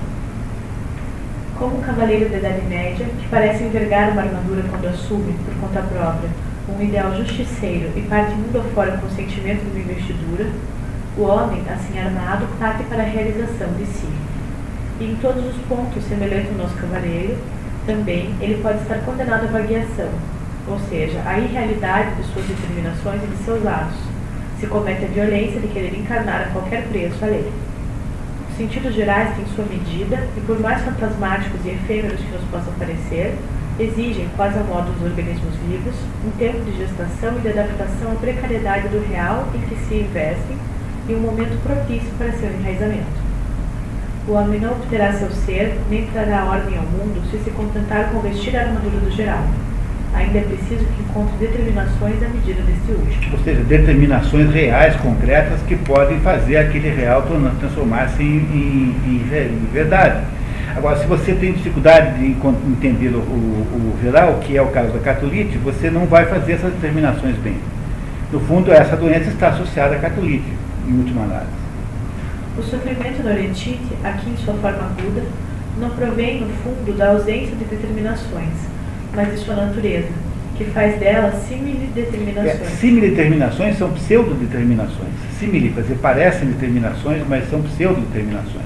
Como um cavaleiro da Idade Média, que parece envergar uma armadura quando assume, por conta própria, com um ideal justiceiro e parte mundo afora com o sentimento de uma investidura, o homem, assim armado, parte para a realização de si. E em todos os pontos, semelhante ao nosso cavaleiro, também ele pode estar condenado à variação, ou seja, à irrealidade de suas determinações e de seus atos, se comete a violência de querer encarnar a qualquer preço a lei. Os sentidos gerais têm sua medida e, por mais fantasmáticos e efêmeros que nos possam parecer, exigem, quase ao modo dos organismos vivos, um tempo de gestação e de adaptação à precariedade do real em que se investem e um momento propício para seu enraizamento. O homem não obterá seu ser, nem trará ordem ao mundo se se contentar com vestir a armadura do geral. Ainda é preciso que encontre determinações à medida deste último. Ou seja, determinações reais, concretas, que podem fazer aquele real transformar-se em verdade. Agora, se você tem dificuldade de entender o geral, que é o caso da catolite, você não vai fazer essas determinações bem. No fundo, essa doença está associada à catolite, em última análise. O sofrimento da oretite, aqui em sua forma aguda, não provém, no fundo, da ausência de determinações, mas de sua natureza, que faz dela simile-determinações. Simile-determinações são pseudo-determinações. Simile, quer dizer, parecem determinações, mas são pseudo-determinações.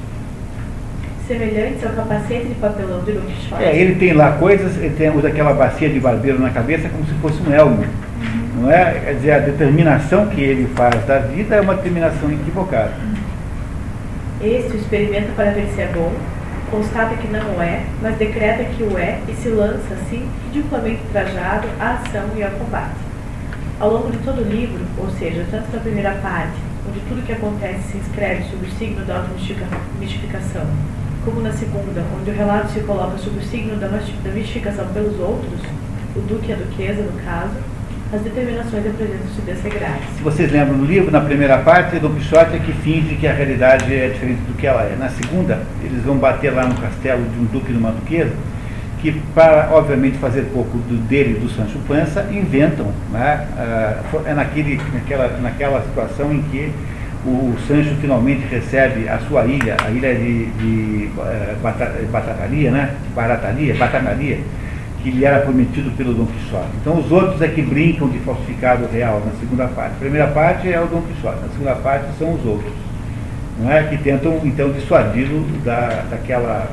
Semelhantes ao capacete de papelão de Don Quixote. Ele tem lá coisas, usa aquela bacia de barbeiro na cabeça como se fosse um elmo. Não é? Quer dizer, a determinação que ele faz da vida é uma determinação equivocada. Este o experimenta para ver se é bom, constata que não o é, mas decreta que o é e se lança, assim, ridiculamente trajado à ação e ao combate. Ao longo de todo o livro, ou seja, tanto na primeira parte, onde tudo o que acontece se inscreve sob o signo da auto-mistificação, como na segunda, onde o relato se coloca sob o signo da mistificação pelos outros, o duque e a duquesa, no caso, as determinações apresentam-se desregradas. Se vocês lembram do livro, na primeira parte, Don Quixote é que finge que a realidade é diferente do que ela é. Na segunda, eles vão bater lá no castelo de um duque e de uma duquesa, que, para, obviamente, fazer pouco dele e do Sancho Panza, inventam, né? É naquela situação em que o Sancho finalmente recebe a sua ilha, a ilha de Batataria, né? Batataria, que lhe era prometido pelo Dom Quixote. Então os outros é que brincam de falsificado real na segunda parte. A primeira parte é o Dom Quixote, na segunda parte são os outros, não é? Que tentam então dissuadi-lo daquela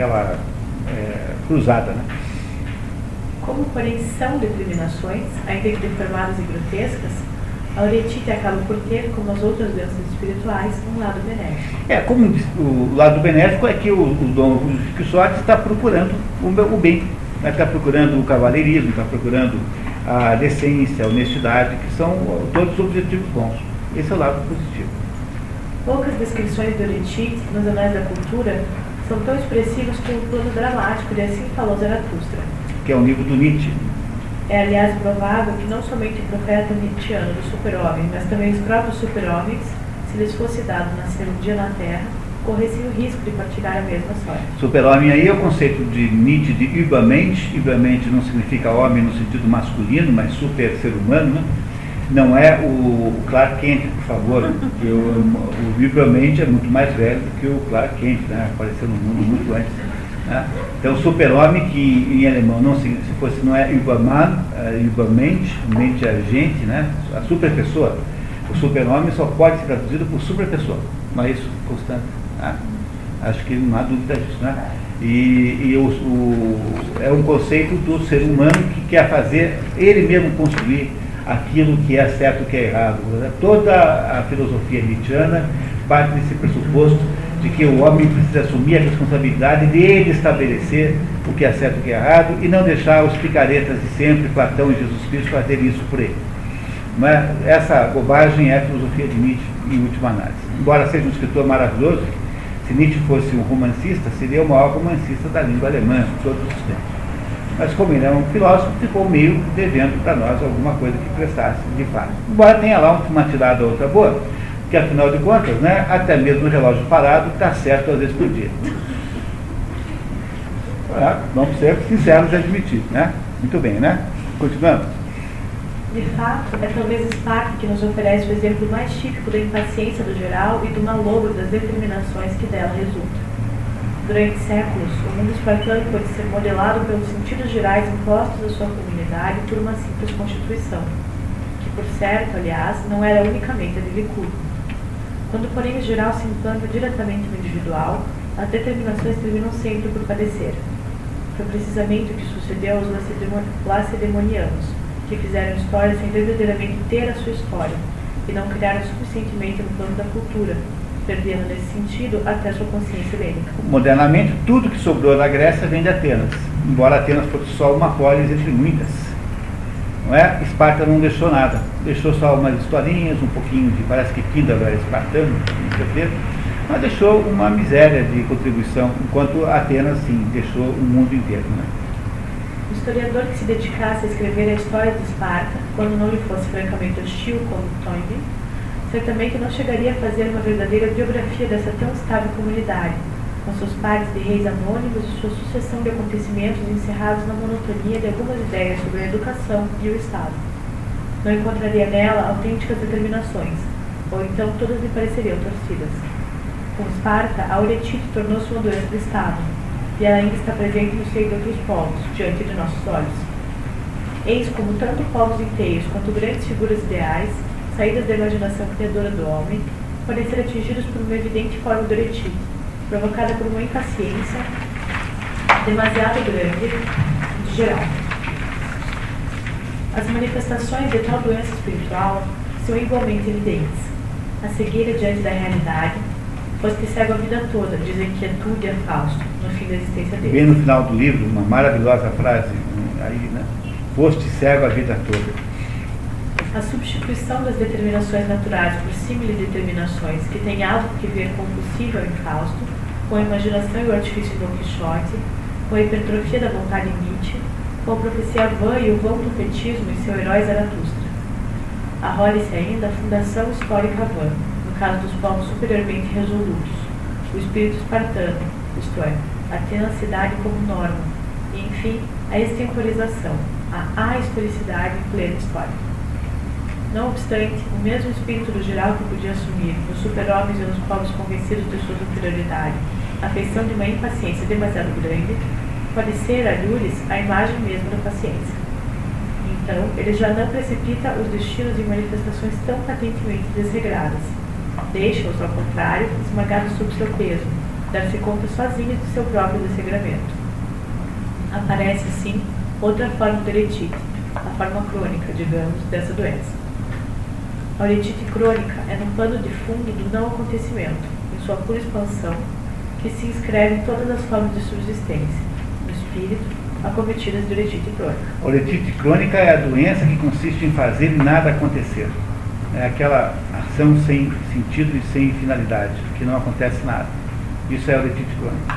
cruzada, né? Como, porém, são determinações, ainda que deformadas e grotescas, a oretite acaba por ter, como as outras doenças espirituais, um lado benéfico. Como o lado benéfico é que o Dom Quixote está procurando o bem, né? Está procurando o cavalheirismo, está procurando a decência, a honestidade, que são todos objetivos bons. Esse é o lado positivo. Poucas descrições de oretite nos anais da cultura são tão expressivas como o plano dramático de Assim Falou Zaratustra, que é um livro do Nietzsche. É, aliás, provável que não somente o profeta nietzschiano do super-homem, mas também os próprios super-homens, se lhes fosse dado nascer um dia na Terra, corressem o risco de partilhar a mesma sorte. Super-homem aí é o conceito de Nietzsche de Übermensch. Übermensch não significa homem no sentido masculino, mas super ser humano, né? Não é o Clark Kent, por favor, porque o Übermensch é muito mais velho do que o Clark Kent, né? Apareceu no mundo muito antes. Né? Então, super-homem, que em alemão não é Übermann, Übermensch, mente é gente, né? A super-pessoa. O super-homem só pode ser traduzido por super-pessoa, não é isso, constante. Né? Acho que não há dúvida disso, né? É um conceito do ser humano que quer fazer ele mesmo construir aquilo que é certo e o que é errado. Toda a filosofia nietzschiana parte desse pressuposto de que o homem precisa assumir a responsabilidade de ele estabelecer o que é certo e o que é errado e não deixar os picaretas de sempre, Platão e Jesus Cristo, fazerem isso por ele. Mas essa bobagem é a filosofia de Nietzsche, em última análise. Embora seja um escritor maravilhoso, se Nietzsche fosse um romancista, seria o maior romancista da língua alemã de todos os tempos. Mas como ele é um filósofo, ficou meio devendo para nós alguma coisa que prestasse de fato. Embora tenha lá uma tirada ou outra boa, que afinal de contas, né, até mesmo o relógio parado está certo às vezes por dia. Vamos ser sinceros e admitir, né? Muito bem, né? Continuando. De fato, é talvez Spark que nos oferece o exemplo mais típico da impaciência do geral e do malogro das determinações que dela resultam. Durante séculos, o mundo espartano pode ser modelado pelos sentidos gerais impostos à sua comunidade por uma simples constituição, que, por certo, aliás, não era unicamente a de Licurgo. Quando, porém, o geral se implanta diretamente no individual, as determinações terminam sempre por padecer. Foi precisamente o que sucedeu aos lacedemonianos, que fizeram história sem verdadeiramente ter a sua história, e não criaram suficientemente no plano da cultura, perdendo nesse sentido até sua consciência helênica. Modernamente, tudo que sobrou da Grécia vem de Atenas, embora Atenas fosse só uma polis entre muitas. Não é? Esparta não deixou nada, deixou só umas historinhas, um pouquinho de, parece que Píndaro era espartano, não certeza, mas deixou uma miséria de contribuição, enquanto Atenas, sim, deixou o mundo inteiro. Né? O historiador que se dedicasse a escrever a história de Esparta, quando não lhe fosse francamente hostil como Toynbee, certamente não chegaria a fazer uma verdadeira biografia dessa tão estável comunidade, com seus pares de reis anônimos e sua sucessão de acontecimentos encerrados na monotonia de algumas ideias sobre a educação e o Estado. Não encontraria nela autênticas determinações, ou então todas lhe pareceriam torcidas. Com Esparta, a Auretite tornou-se uma doença do Estado, e ela ainda está presente no seio de outros povos, diante de nossos olhos. Eis como tanto povos inteiros quanto grandes figuras ideais, saídas da imaginação criadora do homem, podem ser atingidos por uma evidente forma de Auretite, provocada por uma impaciência demasiado grande de geral. As manifestações de tal doença espiritual são igualmente evidentes. A cegueira diante da realidade, foste cego a vida toda, diz a inquietude a Fausto, no fim da existência dele. Bem no final do livro, uma maravilhosa frase, aí, né? Foste cego a vida toda. A substituição das determinações naturais por símile-determinações que têm algo que ver com o possível em Fausto, com a imaginação e o artifício em Dom Quixote, com a hipertrofia da vontade em Nietzsche, com a profecia vã e o vão do petismo em seu herói Zaratustra. Arrole-se ainda a fundação histórica vã, no caso dos povos superiormente resolutos, o espírito espartano, isto é, a tenacidade como norma, e, enfim, a extemporização, a ahistoricidade em plena história. Não obstante, o mesmo espírito do geral que podia assumir, nos super-homens e nos povos convencidos de sua superioridade, a feição de uma impaciência demasiado grande, pode ser, a Lures, a imagem mesmo da paciência. Então, ele já não precipita os destinos em manifestações tão patentemente desregradas. Deixa-os, ao contrário, esmagados sob seu peso, dar-se conta sozinhos do seu próprio desregramento. Aparece, sim, outra forma de Auretite, a forma crônica, digamos, dessa doença. A Auretite crônica é no pano de fundo do não acontecimento, em sua pura expansão, que se inscreve em todas as formas de subsistência, no espírito, acometidas de Auretite crônica. A Auretite crônica é a doença que consiste em fazer nada acontecer. É aquela ação sem sentido e sem finalidade, que não acontece nada. Isso é a Auretite crônica.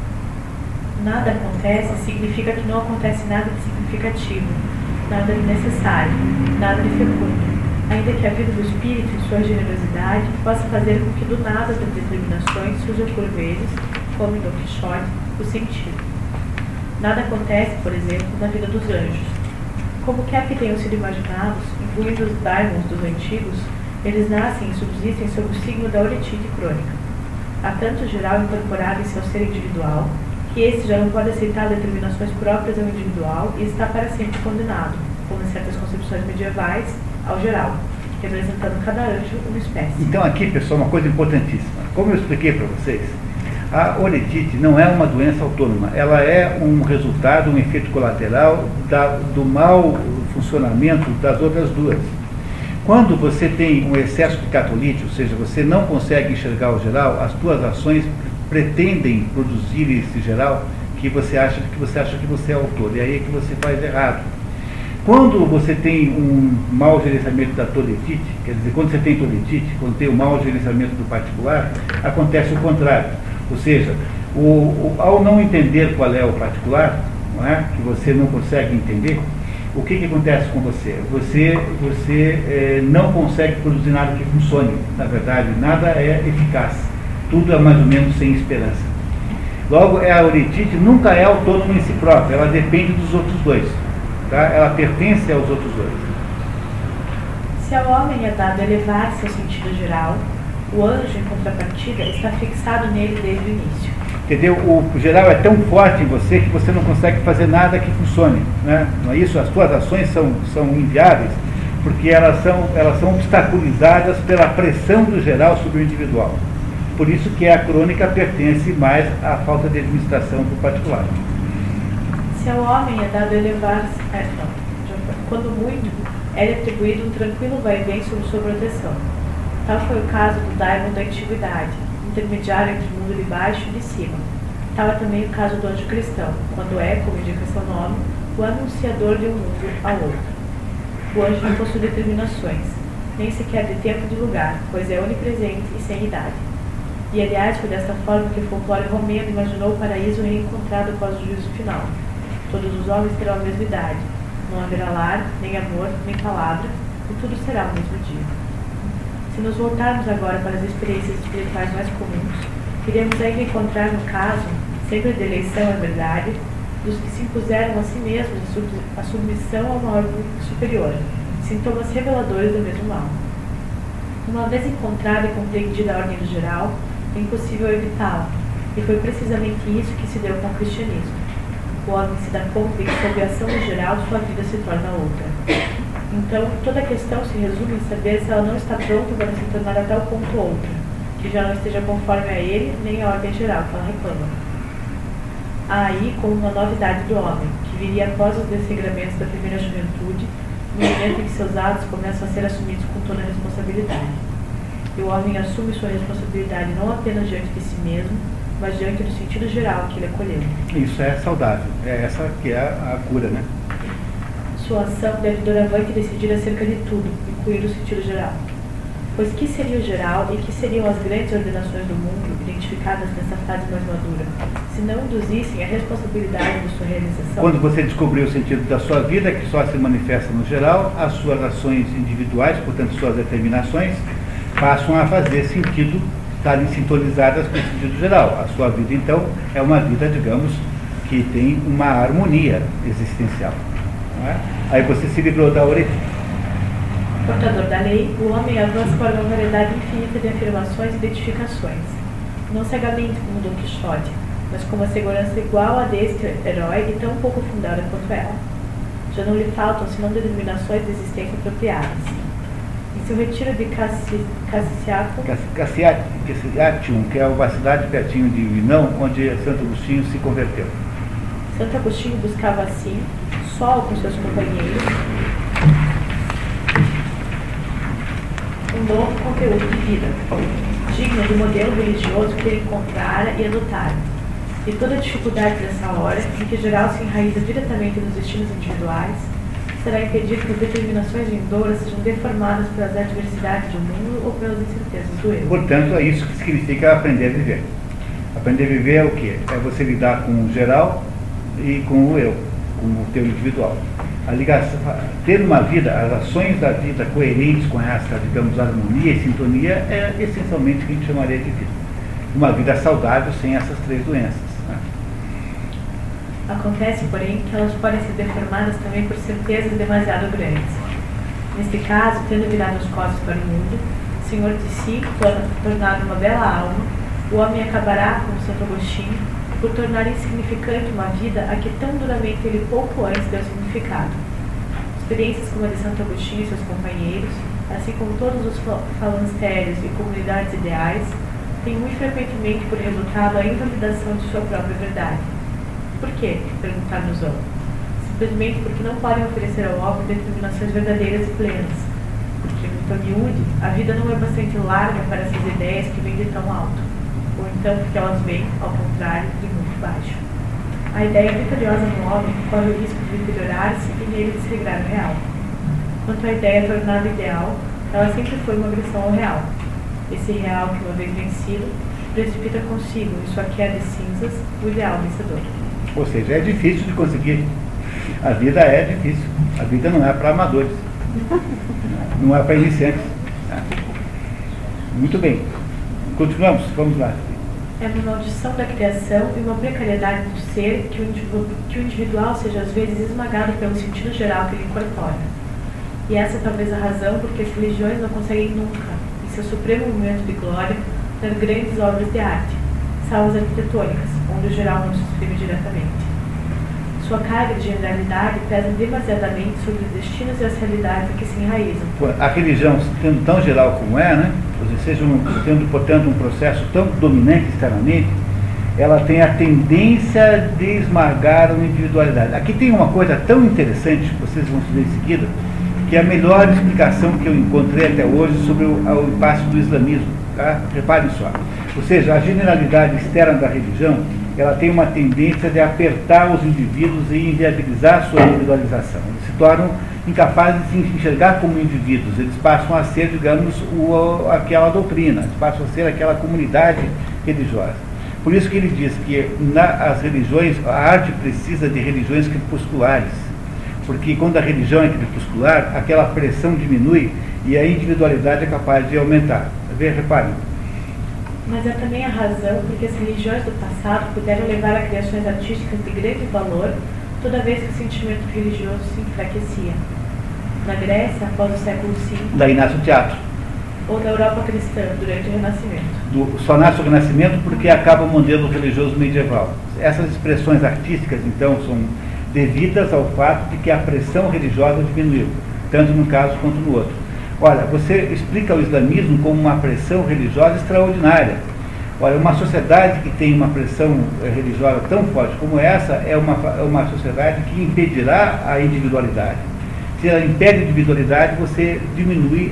Nada acontece significa que não acontece nada de significativo, nada de necessário, nada de fecundo, ainda que a vida do espírito e sua generosidade possa fazer com que do nada das determinações surja por vezes, como em Dom Quixote, o sentido. Nada acontece, por exemplo, na vida dos anjos. Como quer que tenham sido imaginados, incluindo os daimons dos antigos, eles nascem e subsistem sob o signo da Auretite crônica. Há tanto geral incorporado em seu ser individual, que esse já não pode aceitar determinações próprias ao individual e está para sempre condenado, como em certas concepções medievais, ao geral, representando cada anjo uma espécie. Então aqui, pessoal, uma coisa importantíssima. Como eu expliquei para vocês, a Auretite não é uma doença autônoma, ela é um resultado, um efeito colateral do mau funcionamento das outras duas. Quando você tem um excesso de catolite, ou seja, você não consegue enxergar o geral, as suas ações pretendem produzir esse geral que você acha que você é autor, e aí é que você faz errado. Quando você tem um mau gerenciamento da toletite, quer dizer, quando você tem toletite, quando tem o mau gerenciamento do particular, acontece o contrário. Ou seja, ao não entender qual é o particular, não é? Que você não consegue entender, o que acontece com você? Você não consegue produzir nada que funcione. Na verdade, nada é eficaz. Tudo é mais ou menos sem esperança. Logo, a Auretite nunca é autônoma em si própria, ela depende dos outros dois. Tá? Ela pertence aos outros dois. Se ao homem é dado elevar-se ao sentido geral, o anjo, em contrapartida, está fixado nele desde o início. Entendeu? O geral é tão forte em você que você não consegue fazer nada que funcione, né? Não é isso? As suas ações são inviáveis, porque elas são obstaculizadas pela pressão do geral sobre o individual. Por isso que a crônica pertence mais à falta de administração do particular. Se ao homem é dado elevar-se, quando muito, é-lhe atribuído um tranquilo vai-vem sob sua proteção. Tal foi o caso do daimon da antiguidade, intermediário entre o mundo de baixo e de cima. Tal é também o caso do anjo cristão, quando é, como indica seu nome, o anunciador de um mundo ao outro. O anjo não possui determinações, nem sequer de tempo e de lugar, pois é onipresente e sem idade. E aliás foi desta forma que o folclore romeno imaginou o paraíso reencontrado após o juízo final. Todos os homens terão a mesma idade, não haverá lar, nem amor, nem palavra, e tudo será ao mesmo dia. Se nos voltarmos agora para as experiências espirituais mais comuns, iremos ainda encontrar no caso, sempre de eleição à verdade, dos que se impuseram a si mesmos a submissão a uma ordem superior, sintomas reveladores do mesmo mal. Uma vez encontrada e compreendida a ordem do geral, é impossível evitá-la, e foi precisamente isso que se deu com o cristianismo. O homem se dá conta de que, sob a ação do geral, sua vida se torna outra. Então, toda a questão se resume em saber se ela não está pronta para se tornar a tal ponto outra, que já não esteja conforme a ele, nem a ordem geral que ela reclama. Há aí como uma novidade do homem, que viria após os desregramentos da primeira juventude, no momento em que seus atos começam a ser assumidos com toda a responsabilidade. E o homem assume sua responsabilidade não apenas diante de si mesmo, mas diante do sentido geral que ele acolheu. Isso é saudável, é essa que é a cura, né? Sua ação deve doravante decidir acerca de tudo, incluindo o sentido geral. Pois que seria o geral e que seriam as grandes ordenações do mundo, identificadas nessa fase mais madura, se não induzissem a responsabilidade de sua realização? Quando você descobriu o sentido da sua vida, que só se manifesta no geral, as suas ações individuais, portanto suas determinações, passam a fazer sentido, estarem sintonizadas com o sentido geral. A sua vida, então, é uma vida, digamos, que tem uma harmonia existencial. Não é? Aí você se livrou da origem. Portador da lei, o homem avança para uma variedade infinita de afirmações e identificações. Não cegamente como Dom Quixote, mas com uma segurança igual a deste herói e tão pouco fundada quanto ela. Já não lhe faltam senão determinações de existência apropriadas. Em seu retiro de Cassiatium, que é uma cidade pertinho de Vinão, onde Santo Agostinho se converteu. Santo Agostinho buscava assim, só com seus companheiros, um novo conteúdo de vida, digno do modelo religioso que ele encontrara e adotara. E toda a dificuldade dessa hora, em que geral se enraiza diretamente nos destinos individuais, será impedido que as determinações vindouras sejam deformadas pelas adversidades do mundo ou pelas incertezas do eu. Portanto, é isso que significa aprender a viver. Aprender a viver é o quê? É você lidar com o geral e com o eu, com o teu individual. A ligação, ter uma vida, as ações da vida coerentes com essa, digamos, harmonia e sintonia é essencialmente o que a gente chamaria de vida. Uma vida saudável sem essas três doenças. Né? Acontece, porém, que elas podem ser deformadas também por certezas demasiado grandes. Neste caso, tendo virado os costas para o mundo, senhor de si, tornado uma bela alma, o homem acabará, como Santo Agostinho, por tornar insignificante uma vida a que tão duramente ele pouco antes deu significado. Experiências como a de Santo Agostinho e seus companheiros, assim como todos os falancérios e comunidades ideais, têm muito frequentemente por resultado a invalidação de sua própria verdade. Por quê? Perguntar-nos vão. Simplesmente porque não podem oferecer ao homem determinações verdadeiras e plenas. Porque, no miúde, a vida não é bastante larga para essas ideias que vêm de tão alto. Ou então porque elas vêm, ao contrário, de muito baixo. A ideia vitoriosa no homem corre o risco de deteriorar-se e nele desregrar o real. Quanto à ideia tornada ideal, ela sempre foi uma agressão ao real. Esse real que, uma vez vencido, precipita consigo, em sua queda de cinzas, o ideal vencedor. Ou seja, é difícil de conseguir. A vida é difícil. A vida não é para amadores. Não é para iniciantes. Muito bem. Continuamos, vamos lá. É uma maldição da criação e uma precariedade do ser que o individual seja às vezes esmagado pelo sentido geral que ele incorpora. E essa é talvez a razão porque as religiões não conseguem nunca, em seu supremo momento de glória, ter grandes obras de arte, salvo as arquitetônicas, onde o geral não se exprime diretamente. Sua carga de generalidade pesa demasiadamente sobre os destinos e as realidades a que se enraizam. A religião, sendo tão geral como é, né? Ou seja, tendo, portanto, um processo tão dominante externamente, ela tem a tendência de esmagar a individualidade. Aqui tem uma coisa tão interessante, que vocês vão ver em seguida, que é a melhor explicação que eu encontrei até hoje sobre o impasse do islamismo. Tá? Reparem só. Ou seja, a generalidade externa da religião, ela tem uma tendência de apertar os indivíduos e inviabilizar sua individualização. Eles se tornam incapazes de se enxergar como indivíduos. Eles passam a ser, digamos, aquela doutrina, eles passam a ser aquela comunidade religiosa. Por isso que ele diz que as religiões, a arte precisa de religiões crepusculares, porque quando a religião é crepuscular, aquela pressão diminui e a individualidade é capaz de aumentar. Reparem. Mas é também a razão porque as religiões do passado puderam levar a criações artísticas de grande valor toda vez que o sentimento religioso se enfraquecia. Na Grécia, após o século V, daí nasce o teatro. Ou na Europa cristã, durante o Renascimento. Só nasce o Renascimento porque acaba o modelo religioso medieval. Essas expressões artísticas, então, são devidas ao fato de que a pressão religiosa diminuiu, tanto num caso quanto no outro. Olha, você explica o islamismo como uma pressão religiosa extraordinária. Olha, uma sociedade que tem uma pressão religiosa tão forte como essa é uma sociedade que impedirá a individualidade. Se ela impede a individualidade, você diminui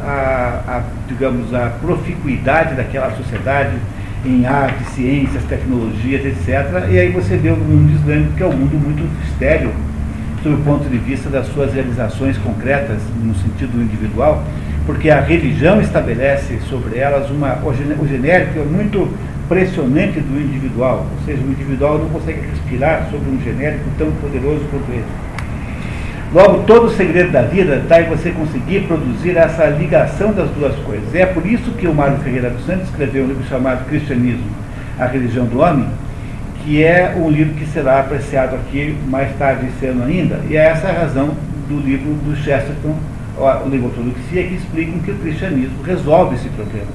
digamos, a proficuidade daquela sociedade em arte, ciências, tecnologias, etc. E aí você vê o mundo islâmico, que é um mundo muito estéril, sob o ponto de vista das suas realizações concretas, no sentido individual, porque a religião estabelece sobre elas o genérico é muito pressionante do individual, ou seja, o individual não consegue respirar sobre um genérico tão poderoso quanto esse. Logo, todo o segredo da vida está em você conseguir produzir essa ligação das duas coisas. É por isso que o Mário Ferreira dos Santos escreveu um livro chamado Cristianismo, a Religião do Homem, que é um livro que será apreciado aqui mais tarde esse ano ainda, e é essa a razão do livro do Chesterton, o livro Ortodoxia, que explica que o cristianismo resolve esse problema.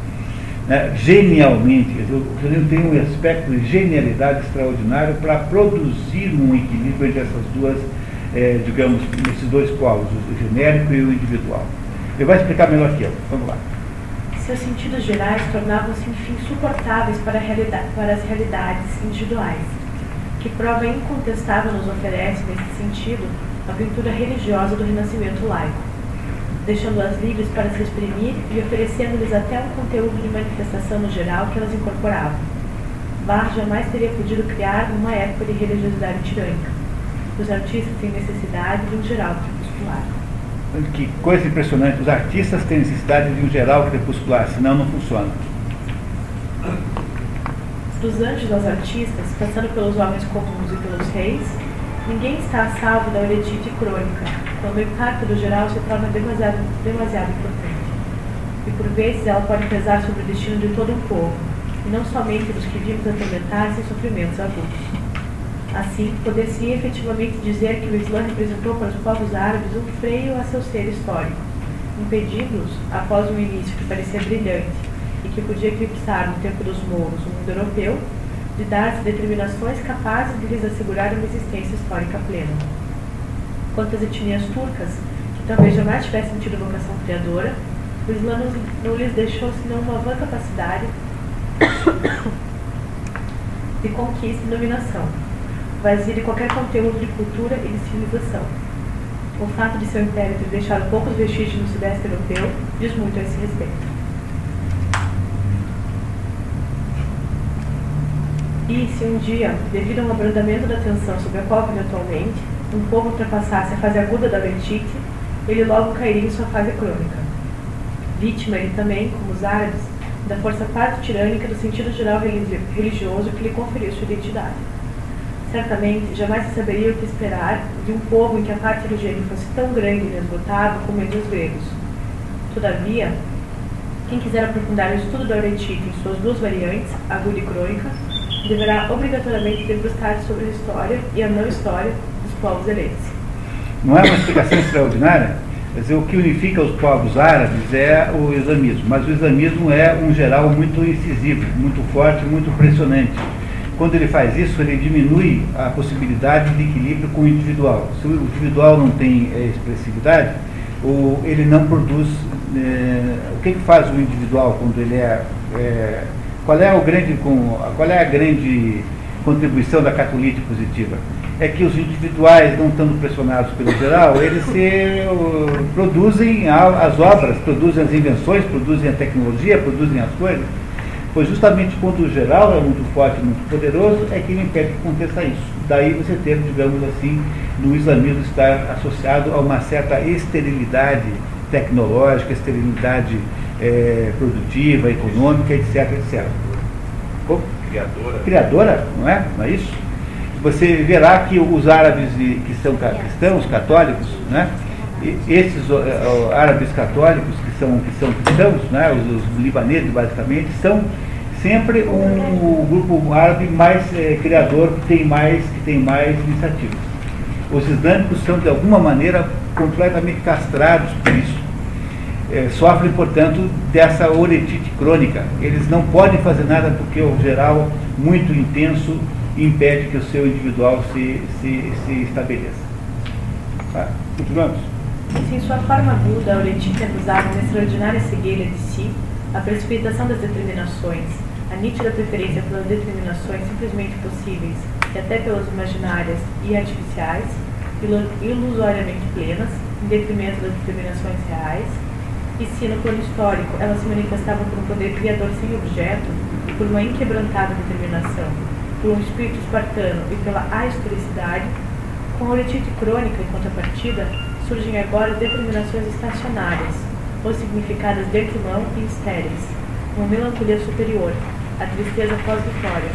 Genialmente, o cristianismo tem um aspecto de genialidade extraordinário para produzir um equilíbrio entre essas duas, digamos, esses dois polos, o genérico e o individual. Ele vai explicar melhor que eu. Vamos lá. Seus sentidos gerais tornavam-se, enfim, suportáveis para as realidades individuais, que prova incontestável nos oferece, nesse sentido, a pintura religiosa do Renascimento laico, deixando-as livres para se exprimir e oferecendo-lhes até um conteúdo de manifestação no geral que elas incorporavam. Barthes jamais teria podido criar uma época de religiosidade tirânica. Os artistas têm necessidade de um geral crepuscular. Que coisa impressionante, os artistas têm necessidade de um geral crepuscular, senão não funciona. Dos anjos aos artistas, passando pelos homens comuns e pelos reis, ninguém está a salvo da oretite crônica, quando o impacto do geral se torna demasiado importante. E por vezes ela pode pesar sobre o destino de todo um povo, e não somente dos que vimos atormentar-se em sofrimentos agudos. Assim, poder-se efetivamente dizer que o Islã representou para os povos árabes um freio a seu ser histórico, impedindo-os, após um início que parecia brilhante e que podia eclipsar no tempo dos mouros o mundo europeu, de dar-se determinações capazes de lhes assegurar uma existência histórica plena. Quanto às etnias turcas, que talvez jamais tivessem tido vocação criadora, o Islã não lhes deixou senão uma vã capacidade de conquista e dominação, vazia de qualquer conteúdo de cultura e de civilização. O fato de seu império ter deixado poucos vestígios no sudeste europeu diz muito a esse respeito. E se um dia, devido a um abrandamento da tensão sobre a qual vive atualmente, um povo ultrapassasse a fase aguda da vertite, ele logo cairia em sua fase crônica. Vítima ele também, como os árabes, da força parto-tirânica do sentido geral religioso que lhe conferiu sua identidade. Certamente, jamais se saberia o que esperar de um povo em que a parte do gênio fosse tão grande e inesgotável como entre os gregos. Todavia, quem quiser aprofundar o estudo da oretite em suas duas variantes, aguda e crônica, deverá obrigatoriamente debruçar-se sobre a história e a não história dos povos helenes. Não é uma explicação extraordinária? Quer dizer, o que unifica os povos árabes é o islamismo, mas o islamismo é um geral muito incisivo, muito forte, muito pressionante. Quando ele faz isso, ele diminui a possibilidade de equilíbrio com o individual. Se o individual não tem expressividade, ele não produz. O que faz o individual quando ele qual é a grande contribuição da catolite positiva? É que os individuais, não estando pressionados pelo geral, eles produzem as obras, produzem as invenções, produzem a tecnologia, produzem as coisas. Pois justamente quando o geral é muito forte, muito poderoso, é que ele impede que aconteça isso. Daí você ter, digamos assim, no islamismo estar associado a uma certa esterilidade tecnológica, esterilidade produtiva, econômica, etc, etc. Criadora, não é? Não é isso? Você verá que os árabes que são cristãos, católicos, né? Esses árabes católicos que são cristãos, né? Os libaneses basicamente, são sempre o grupo árabe mais criador, que tem mais iniciativas. Os islâmicos são de alguma maneira completamente castrados por isso. Sofrem, portanto, dessa oretite crônica. Eles não podem fazer nada porque o geral muito intenso impede que o seu individual se estabeleça. Tá? Continuamos. Se em sua forma aguda, a oretite acusava uma extraordinária cegueira de si, a precipitação das determinações, a nítida preferência pelas determinações simplesmente possíveis e até pelas imaginárias e artificiais, ilusoriamente plenas, em detrimento das determinações reais, e se no plano histórico elas se manifestavam por um poder criador sem objeto, por uma inquebrantável determinação, por um espírito espartano e pela ahistoricidade, com a oretite crônica em contrapartida, surgem agora determinações estacionárias, ou significadas de antemão e estéreis, uma melancolia superior, a tristeza pós-vitória.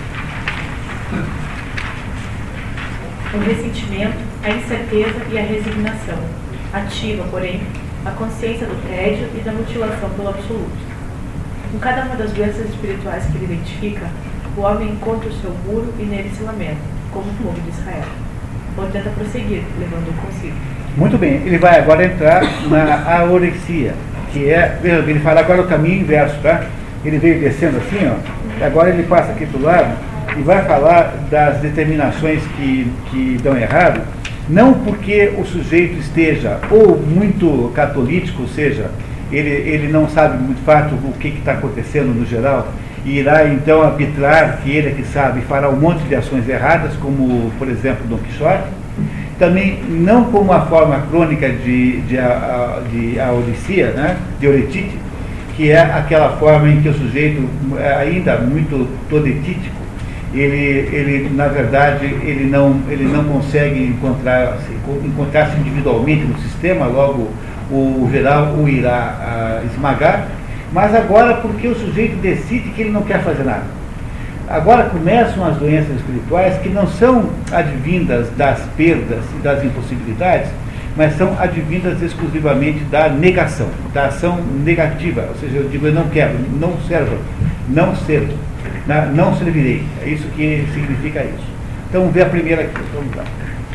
O ressentimento, a incerteza e a resignação, ativa, porém, a consciência do tédio e da mutilação pelo absoluto. Com cada uma das doenças espirituais que ele identifica, o homem encontra o seu muro e nele se lamenta, como o povo de Israel. Ou tenta prosseguir, levando-o consigo. Muito bem, ele vai agora entrar na aorexia, que é, veja, ele fala agora o caminho inverso, tá? Ele veio descendo assim, ó, agora ele passa aqui do lado e vai falar das determinações que dão errado, não porque o sujeito esteja ou muito catolítico, ou seja, ele não sabe muito fato o que está acontecendo no geral, e irá então arbitrar que ele é que sabe e fará um monte de ações erradas, como, por exemplo, Dom Quixote. Também não como a forma crônica de auricia, né, de oretite, que é aquela forma em que o sujeito, ainda muito todetítico, ele na verdade, ele não consegue encontrar-se individualmente no sistema, logo o geral o irá esmagar, mas agora porque o sujeito decide que ele não quer fazer nada. Agora começam as doenças espirituais que não são advindas das perdas e das impossibilidades, mas são advindas exclusivamente da negação, da ação negativa. Ou seja, eu digo, eu não quero, não servo, não servo, não servirei. É isso que significa isso. Então vamos ver a primeira aqui, vamos lá.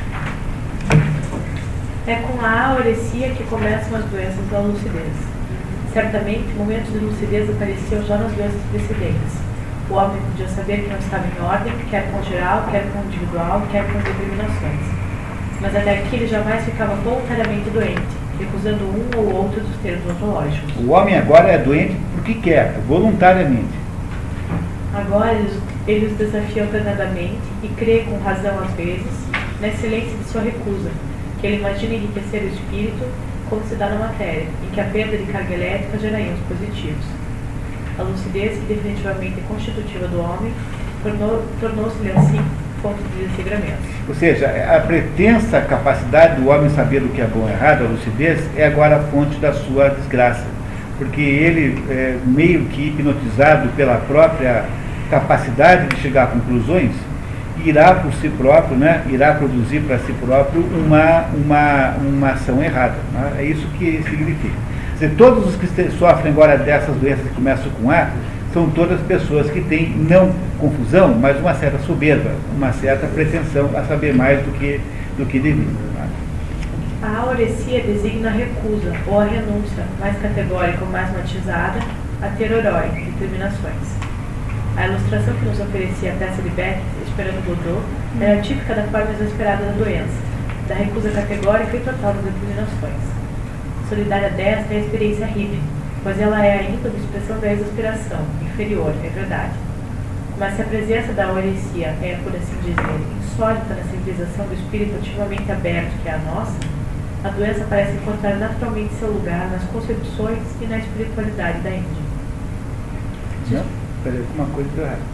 É com a aoresia que começam as doenças da lucidez. Certamente, momentos de lucidez apareciam já nas doenças precedentes. O homem podia saber que não estava em ordem, quer com o geral, quer com o individual, quer com as determinações. Mas até aqui ele jamais ficava voluntariamente doente, recusando um ou outro dos termos ontológicos. O homem agora é doente porque quer, voluntariamente. Agora ele os desafia alternadamente e crê com razão às vezes na excelência de sua recusa, que ele imagina enriquecer o espírito como se dá na matéria, em que a perda de carga elétrica gera íons positivos. A lucidez, que definitivamente é constitutiva do homem, tornou-se-lhe assim fonte de desregramento. Ou seja, a pretensa capacidade do homem saber o que é bom e errado, a lucidez, é agora a fonte da sua desgraça. Porque ele, meio que hipnotizado pela própria capacidade de chegar a conclusões, irá por si próprio, né, irá produzir para si próprio uma ação errada. Né? É isso que significa. Quer dizer, todos os que sofrem agora dessas doenças que começam com A, são todas pessoas que têm, não confusão, mas uma certa soberba, uma certa pretensão a saber mais do que devido. Né? A auresia designa a recusa ou a renúncia, mais categórica ou mais matizada, a teroroi, determinações. A ilustração que nos oferecia a peça de Beckett, Esperando Godot, era típica da forma exasperada da doença, da recusa categórica e total das determinações. Solidária desta é a experiência hippie, pois ela é ainda uma expressão da exasperação, inferior, é verdade. Mas se a presença da auresia é, por assim dizer, insólita na civilização do espírito ativamente aberto que é a nossa, a doença parece encontrar naturalmente seu lugar nas concepções e na espiritualidade da Índia. Não, peraí, alguma coisa deu errado.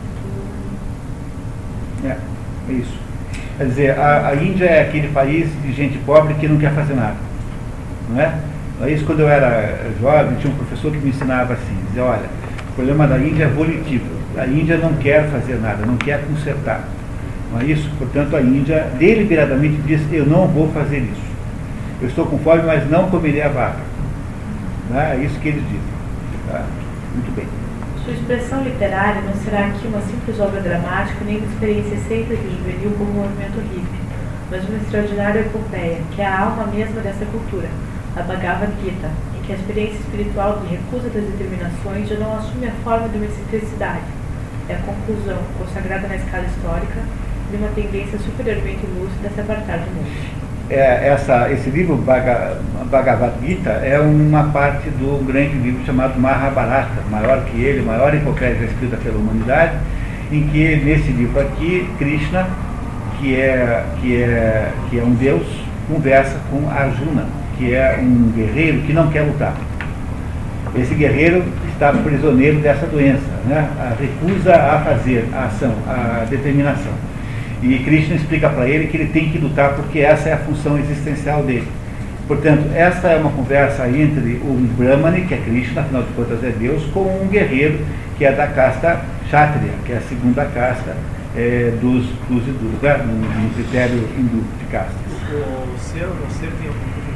É isso. Quer dizer, a Índia é aquele país de gente pobre que não quer fazer nada. Não é? Isso, quando eu era jovem, tinha um professor que me ensinava assim, dizia, olha, o problema da Índia é volitivo. A Índia não quer fazer nada, não quer consertar. Não é isso? Portanto, a Índia deliberadamente diz, eu não vou fazer isso. Eu estou com fome, mas não comerei a vaca. Não é isso que eles dizem. Tá? Muito bem. Sua expressão literária não será aqui uma simples obra dramática, nem uma experiência simples e juvenil como o movimento hippie, mas uma extraordinária epopeia, que é a alma mesma dessa cultura, a Bhagavad Gita, em que a experiência espiritual de recusa das determinações já não assume a forma de uma excentricidade. É a conclusão, consagrada na escala histórica, de uma tendência superiormente lúcida a se apartar do mundo. Esse livro, Bhagavad Gita, é uma parte do grande livro chamado Mahabharata, maior que ele, maior epopeia já escrita pela humanidade, em que, nesse livro aqui, Krishna, que é um deus, conversa com Arjuna, que é um guerreiro que não quer lutar. Esse guerreiro está prisioneiro dessa doença, né? A recusa a fazer a ação, a determinação. E Krishna explica para ele que ele tem que lutar porque essa é a função existencial dele. Portanto, essa é uma conversa entre um Brahmane, que é Krishna, afinal de contas é Deus, com um guerreiro que é da casta Kshatriya, que é a segunda casta dos hindus, né? no critério hindu de castas. Você tem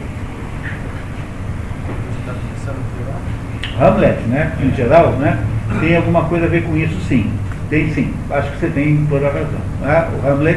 está pensando em Hamlet, né, em geral, né, tem alguma coisa a ver com isso, sim. Tem sim, acho que você tem toda a razão. O Hamlet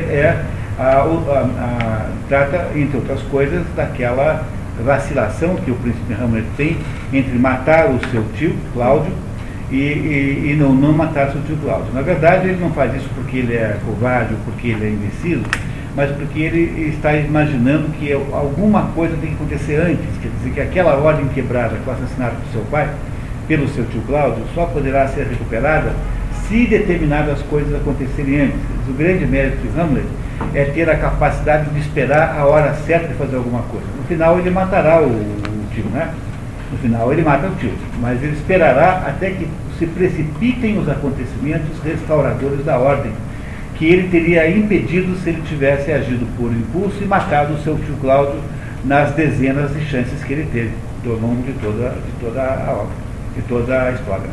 trata, entre outras coisas, daquela vacilação que o príncipe Hamlet tem entre matar o seu tio, Cláudio, e não matar seu tio Cláudio. Na verdade, ele não faz isso porque ele é covarde ou porque ele é indeciso, mas porque ele está imaginando que alguma coisa tem que acontecer antes, quer dizer que aquela ordem quebrada com o assassinato do seu pai, pelo seu tio Cláudio, só poderá ser recuperada se determinadas coisas acontecerem antes. O grande mérito de Hamlet é ter a capacidade de esperar a hora certa de fazer alguma coisa. No final ele matará o tio, né? No final ele mata o tio, mas ele esperará até que se precipitem os acontecimentos restauradores da ordem, que ele teria impedido se ele tivesse agido por impulso e matado o seu tio Cláudio nas dezenas de chances que ele teve ao longo de toda a obra, de toda a história.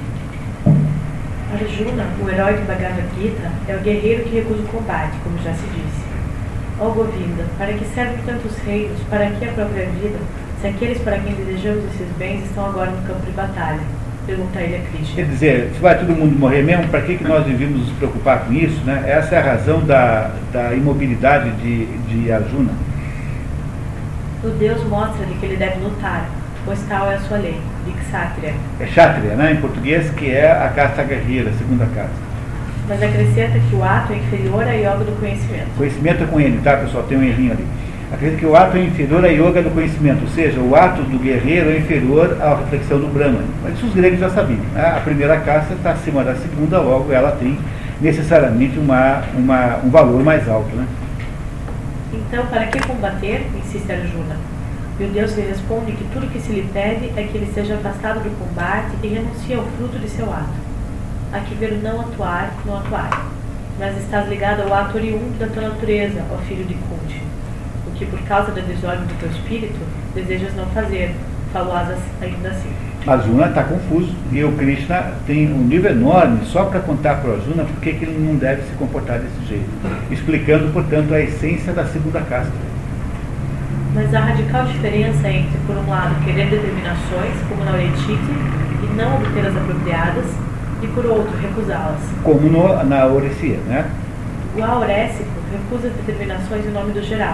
Arjuna, o herói de Bhagavad Gita, é o guerreiro que recusa o combate, como já se disse. Ó Govinda, para que servem tantos reinos, para que a própria vida, se aqueles para quem desejamos esses bens estão agora no campo de batalha? Pergunta ele a Krishna. Quer dizer, se vai todo mundo morrer mesmo, para que nós devíamos nos preocupar com isso, né? Essa é a razão da imobilidade de Arjuna. O Deus mostra-lhe que ele deve lutar, pois tal é a sua lei, de Kshatriya. É Kshatriya, né, em português, que é a casta guerreira, a segunda casta. Mas acrescenta que o ato é inferior à yoga do conhecimento. Conhecimento é com ele, tá, pessoal? Tem um errinho ali. Acredito que o ato é inferior à yoga do conhecimento, ou seja, o ato do guerreiro é inferior à reflexão do Brahman. Mas isso os gregos já sabiam. Né? A primeira casta está acima da segunda, logo ela tem necessariamente um valor mais alto. Né? Então, para que combater? Insiste Arjuna. E o Deus lhe responde que tudo que se lhe pede é que ele seja afastado do combate e renuncie ao fruto de seu ato. Há que ver o não atuar. Mas estás ligado ao ato oriundo da tua natureza, ó filho de Kunti. O que por causa da desordem do teu espírito, desejas não fazer, falou-as ainda assim. Arjuna está confuso e o Krishna tem um livro enorme só para contar para o Arjuna porque que ele não deve se comportar desse jeito, explicando, portanto, a essência da segunda casta. Mas há radical diferença entre, por um lado, querer determinações, como na Oretite, e não obter as apropriadas, e por outro, recusá-las. Como na Aurecia, né? O aurécico recusa as determinações em nome do geral,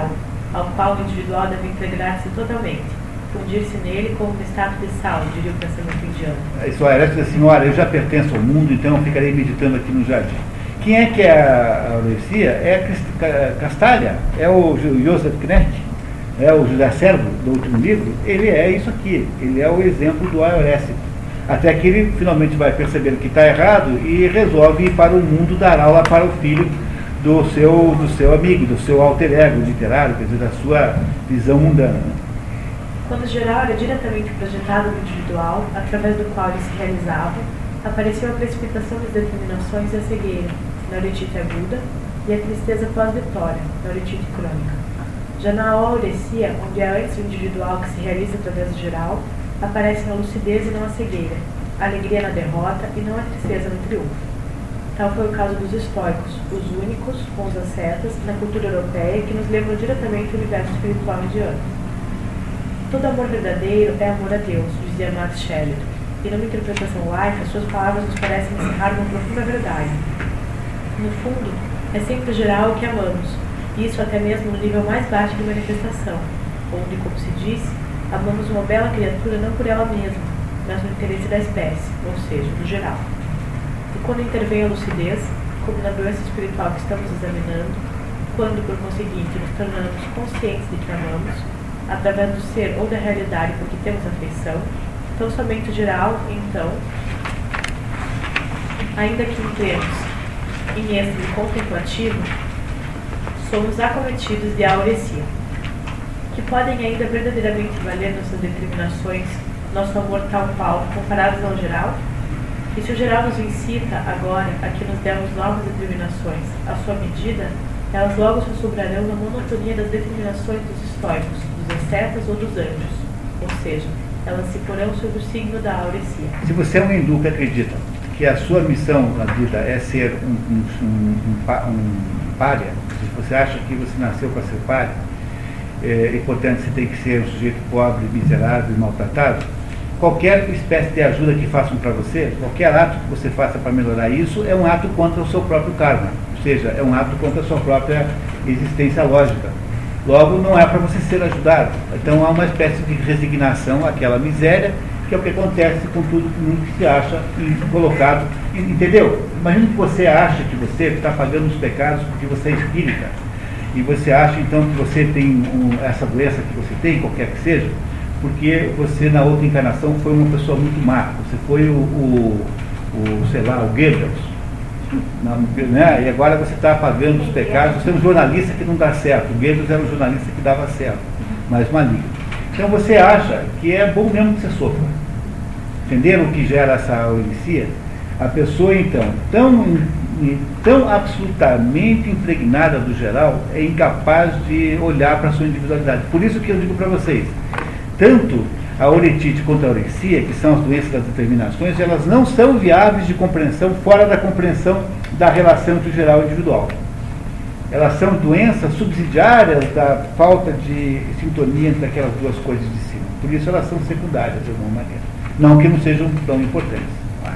ao qual o individual deve integrar-se totalmente, fundir-se nele como um estado de sal, diria o pensamento indiano. Isso, Aérea diz assim, olha, eu já pertenço ao mundo, então eu ficarei meditando aqui no jardim. Quem é que é a Aurecia? É a Castalia, é o Joseph Knecht, é o José Servo, do último livro. Ele é isso aqui, ele é o exemplo do Aérea. Até que ele finalmente vai perceber que está errado e resolve ir para o mundo dar aula para o filho do seu amigo, do seu alter ego literário, quer dizer, da sua visão mundana. Quando o geral era diretamente projetado no individual, através do qual ele se realizava, apareceu a precipitação das determinações e a cegueira, na Neurotite aguda, e a tristeza pós-vitória, na Neurotite crônica. Já na aurecia, onde é antes o individual que se realiza através do geral, aparecem a lucidez e não a cegueira, a alegria na derrota e não a tristeza no triunfo. Tal foi o caso dos estoicos, os únicos, com os ascetas, na cultura europeia que nos lembram diretamente ao universo espiritual indiano. Todo amor verdadeiro é amor a Deus, dizia Max Scheler, e numa interpretação laica, suas palavras nos parecem encerrar uma profunda verdade. No fundo, é sempre geral o que amamos, e isso até mesmo no nível mais baixo de manifestação, onde, como se disse, amamos uma bela criatura não por ela mesma, mas no interesse da espécie, ou seja, do geral. E quando intervém a lucidez, como na doença espiritual que estamos examinando, quando, por conseguinte, nos tornamos conscientes de que amamos, através do ser ou da realidade porque temos afeição, tão somente o geral, então, ainda que entremos em êxtase contemplativo, somos acometidos de aurecia, que podem ainda verdadeiramente valer nossas determinações, nosso amor tal qual, comparados ao geral. E se o geral nos incita, agora, a que nos demos novas determinações à sua medida, elas logo se sobrarão na monotonia das determinações dos estoicos, dos ascetas ou dos anjos. Ou seja, elas se porão sob o signo da aurecia. Se você é um hindu que acredita que a sua missão na vida é ser um pária, se você acha que você nasceu para ser pária, e portanto você tem que ser um sujeito pobre, miserável e maltratado, qualquer espécie de ajuda que façam para você, qualquer ato que você faça para melhorar isso, é um ato contra o seu próprio karma, ou seja, é um ato contra a sua própria existência lógica. Logo, não é para você ser ajudado. Então há uma espécie de resignação àquela miséria, que é o que acontece com tudo que se acha colocado. Entendeu? Imagina que você acha que você está pagando os pecados porque você é espírita, e você acha então que você tem essa doença que você tem, qualquer que seja, porque você na outra encarnação foi uma pessoa muito má, você foi sei lá, o Goebbels, né? E agora você está pagando os pecados, você é um jornalista que não dá certo, o Goebbels era um jornalista que dava certo, mas maligno. Então você acha que é bom mesmo que você sofra. Entenderam o que gera essa aurecia? A pessoa então, tão absolutamente impregnada do geral, é incapaz de olhar para a sua individualidade. Por isso que eu digo para vocês, tanto a auretite quanto a aurecia, que são as doenças das determinações, elas não são viáveis de compreensão fora da compreensão da relação entre o geral e o individual. Elas são doenças subsidiárias da falta de sintonia entre aquelas duas coisas de cima. Por isso elas são secundárias, de alguma maneira. Não que não sejam tão importantes.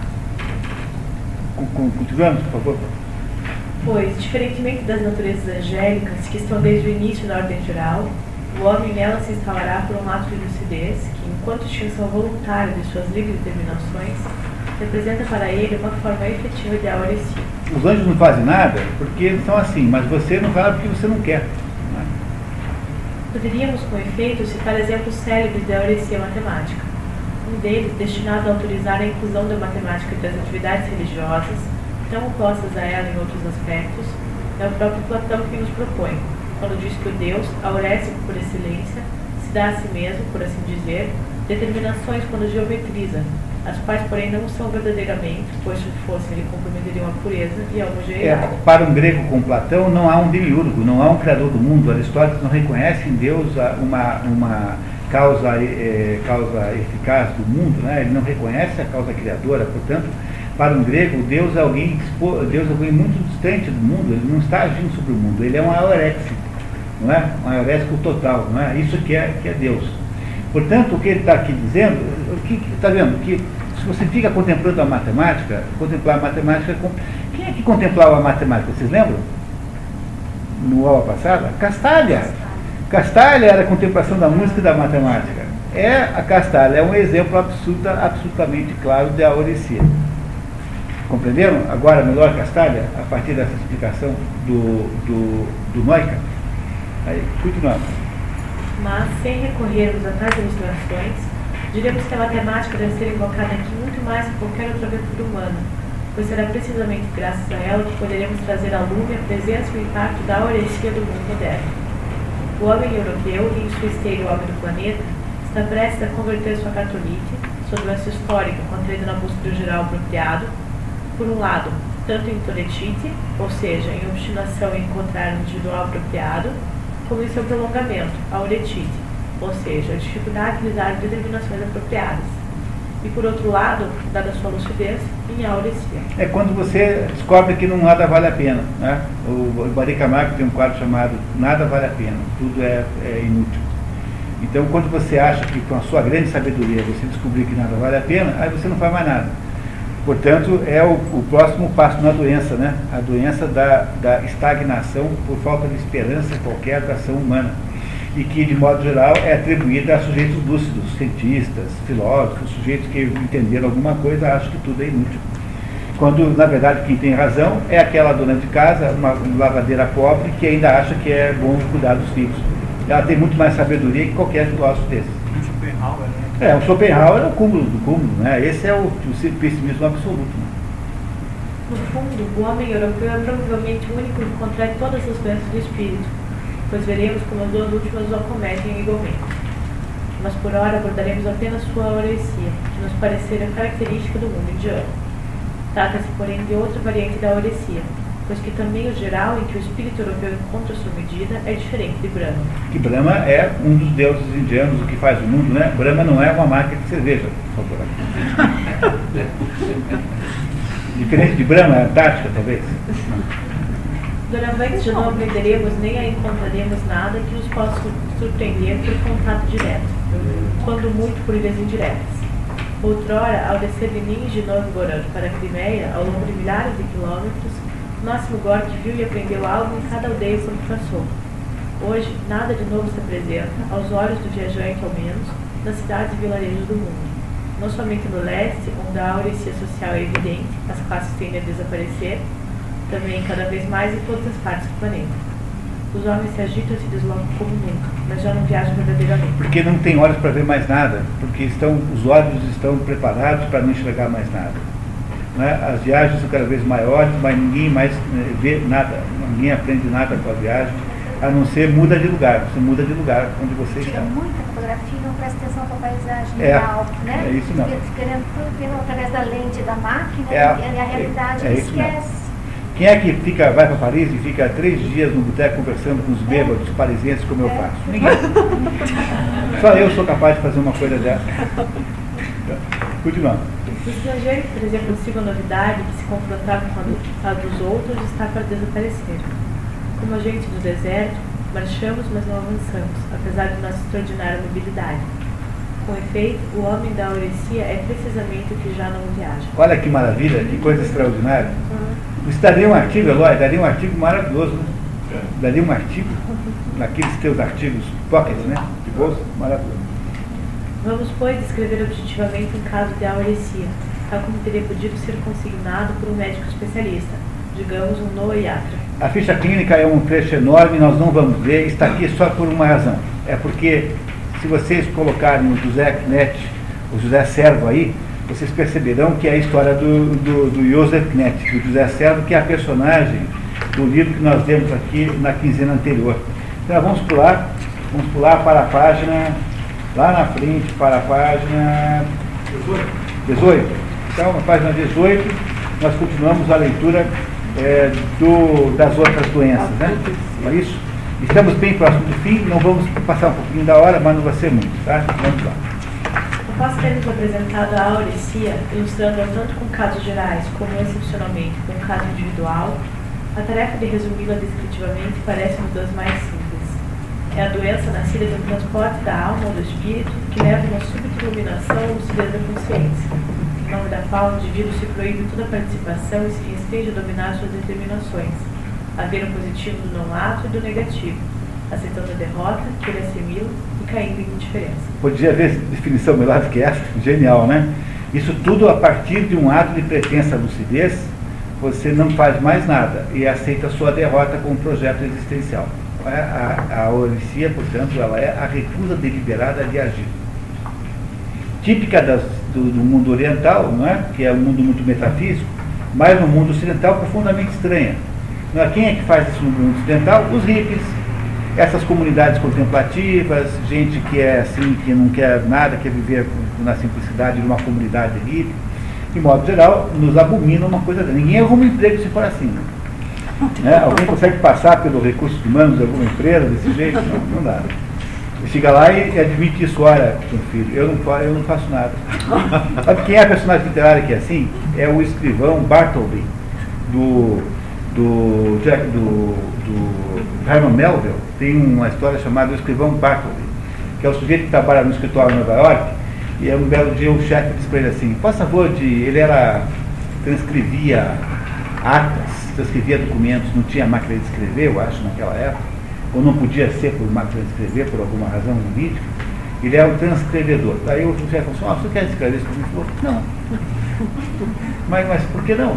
Continuamos, por favor. Pois, diferentemente das naturezas angélicas, que estão desde o início na ordem geral, o homem nela se instalará por um ato de lucidez que, enquanto extinção voluntária de suas livres determinações, representa para ele uma forma efetiva de aurecia. Os anjos não fazem nada porque eles são assim, mas você não faz porque você não quer. Não é? Poderíamos, com efeito, citar exemplos célebres de aurecia matemática. Um deles, destinado a autorizar a inclusão da matemática entre as atividades religiosas, tão opostas a ela em outros aspectos, é o próprio Platão que nos propõe, quando diz que o Deus, aurece por excelência, se dá a si mesmo, por assim dizer, determinações quando geometriza, as quais, porém, não são verdadeiramente, pois se fossem, ele comprometeriam a pureza e a homogeneidade. Para um grego com Platão, não há um demiurgo, não há um criador do mundo. Aristóteles não reconhece em Deus uma causa eficaz do mundo, né? Ele não reconhece a causa criadora, portanto, para um grego, Deus é alguém muito distante do mundo, ele não está agindo sobre o mundo, ele é um aoréxico, não é? Um aoréxico total, não é? Isso que é Deus. Portanto, o que ele está aqui dizendo, está vendo que se você fica contemplando a matemática, contemplar a matemática, quem é que contemplava a matemática? Vocês lembram? No aula passada? Castalia. Castalha era a contemplação da música e da matemática. A Castalha é um exemplo absolutamente claro de auresia. Compreenderam? Agora, melhor Castalha, a partir dessa explicação do Noica. Aí, continuamos. Mas, sem recorrermos a tais ilustrações, diremos que a matemática deve ser invocada aqui muito mais que qualquer outra virtude humana, pois será precisamente graças a ela que poderemos trazer à lume a presença e o impacto da auresia do mundo moderno. O homem europeu, e em sua esteira o homem do planeta, está prestes a converter sua cartolite, sua doença histórica contraída na busca do geral apropriado, por um lado, tanto em toretite, ou seja, em obstinação em encontrar um individual apropriado, como em seu prolongamento, a auretite, ou seja, a dificuldade de usar determinações apropriadas. E por outro lado, dada sua lucidez, em auresia. É quando você descobre que nada vale a pena. Né? O Barry Camargo tem um quadro chamado Nada Vale a Pena, tudo é inútil. Então, quando você acha que com a sua grande sabedoria você descobrir que nada vale a pena, aí você não faz mais nada. Portanto, é o próximo passo na doença, né? A doença da estagnação por falta de esperança qualquer da ação humana. E que, de modo geral, é atribuída a sujeitos lúcidos, cientistas, filósofos, sujeitos que entenderam alguma coisa, acham que tudo é inútil. Quando, na verdade, quem tem razão é aquela dona de casa, uma lavadeira pobre, que ainda acha que é bom cuidar dos filhos. Ela tem muito mais sabedoria que qualquer filósofo desse. Schopenhauer, né? O Schopenhauer é o cúmulo do cúmulo, né? Esse é o pessimismo absoluto. Né? No fundo, o homem europeu é provavelmente o único que contrai todas as doenças do espírito, pois veremos como as duas últimas o acometem igualmente. Mas por hora abordaremos apenas sua auresia, que nos parecer a característica do mundo indiano. Trata-se, porém, de outra variante da auresia, pois que também o geral em que o espírito europeu encontra sua medida é diferente de Brahma. Que Brahma é um dos deuses indianos, o que faz o mundo, né? Brahma não é uma marca de cerveja, por favor. Diferente de Brahma, é Antártica, talvez? Doravante já não aprenderemos nem a encontraremos nada que nos possa surpreender por contato direto, quando muito por vias indiretas. Outrora, ao descer de Nizhny Novgorod para a Crimeia, ao longo de milhares de quilômetros, Máximo Gorky viu e aprendeu algo em cada aldeia por que passou. Hoje, nada de novo se apresenta, aos olhos do viajante ao menos, nas cidades e vilarejos do mundo. Não somente no leste, onde a auresia social é evidente, as classes tendem a desaparecer, também cada vez mais em todas as partes do planeta. Os homens se agitam e se deslocam como nunca, mas já não viajam verdadeiramente. Porque não tem olhos para ver mais nada, porque os olhos estão preparados para não enxergar mais nada. Né? As viagens são cada vez maiores, mas ninguém mais vê nada, ninguém aprende nada com a viagem, a não ser muda de lugar, você muda de lugar onde você está. Tira muita fotografia e não presta atenção para a paisagem real, né? É isso não. Querendo tudo ver através da lente da máquina e a realidade esquece. Quem é que vai para Paris e fica 3 dias no boteco conversando com os bêbados parisienses como eu faço? Ninguém. Só eu sou capaz de fazer uma coisa dessa. Continuando. O estrangeiro que trazia consigo a novidade que se confrontava com a dos outros está para desaparecer. Como agente do deserto, marchamos, mas não avançamos, apesar de nossa extraordinária mobilidade. Com efeito, o homem da auresia é precisamente o que já não viaja. Olha que maravilha, que coisa extraordinária. Você daria um artigo, Eloy, daria um artigo maravilhoso, né? Daria um artigo, naqueles teus artigos pockets, né? De bolsa, maravilhoso. Vamos, pois, descrever objetivamente um caso de auresia, tal como teria podido ser consignado por um médico especialista, digamos um Noah Yatra. A ficha clínica é um trecho enorme, nós não vamos ver, está aqui só por uma razão. É porque, se vocês colocarem o José Knet, o José Servo aí, vocês perceberão que é a história do Joseph Knet, do José Servo, que é a personagem do livro que nós vemos aqui na quinzena anterior. Então, vamos pular para a página, lá na frente, para a página 18. Então, na página 18, nós continuamos a leitura das outras doenças, né? É isso? Estamos bem próximo do fim, não vamos passar um pouquinho da hora, mas não vai ser muito, tá? Vamos lá. Após termos apresentado a auresia, ilustrando-a tanto com casos gerais como excepcionalmente com um caso individual, a tarefa de resumi-la descritivamente parece-nos das mais simples. É a doença nascida do transporte da alma ou do espírito que leva uma súbita iluminação ou lucidez da consciência, em nome da qual o indivíduo se proíbe toda participação e se restringe a dominar suas determinações, a ver o positivo do não ato e do negativo, aceitando a derrota, que ele assimila e caindo em indiferença. Podia haver definição melhor do que essa? Genial, né? Isso tudo a partir de um ato de pretensa lucidez, você não faz mais nada e aceita a sua derrota com um projeto existencial. A auresia, portanto, ela é a recusa deliberada de agir. Típica do mundo oriental, não é? Que é um mundo muito metafísico, mas no mundo ocidental profundamente estranha. Não é? Quem é que faz isso no mundo ocidental? Os hippies, essas comunidades contemplativas, gente que é assim, que não quer nada, quer viver na simplicidade de uma comunidade hippie. De modo geral, nos abomina uma coisa dessa. Ninguém arruma emprego se for assim. Né? Alguém consegue passar pelos recursos humanos de alguma empresa desse jeito? Não dá. Chega lá e admite isso, olha, meu filho, eu não faço nada. Sabe quem é a personagem literária que é assim? É o escrivão Bartleby, do Herman Melville. Tem uma história chamada O Escrivão Bartleby, que é o sujeito que trabalha no escritório em Nova York, e um belo dia o chefe diz para ele assim, por favor, ele transcrevia atas, transcrevia documentos, não tinha máquina de escrever, eu acho, naquela época, ou não podia ser por máquina de escrever, por alguma razão jurídica, ele é um transcrevedor. Aí o chefe falou assim, você quer escrever isso para mim? Ele falou, não. Mas por que não?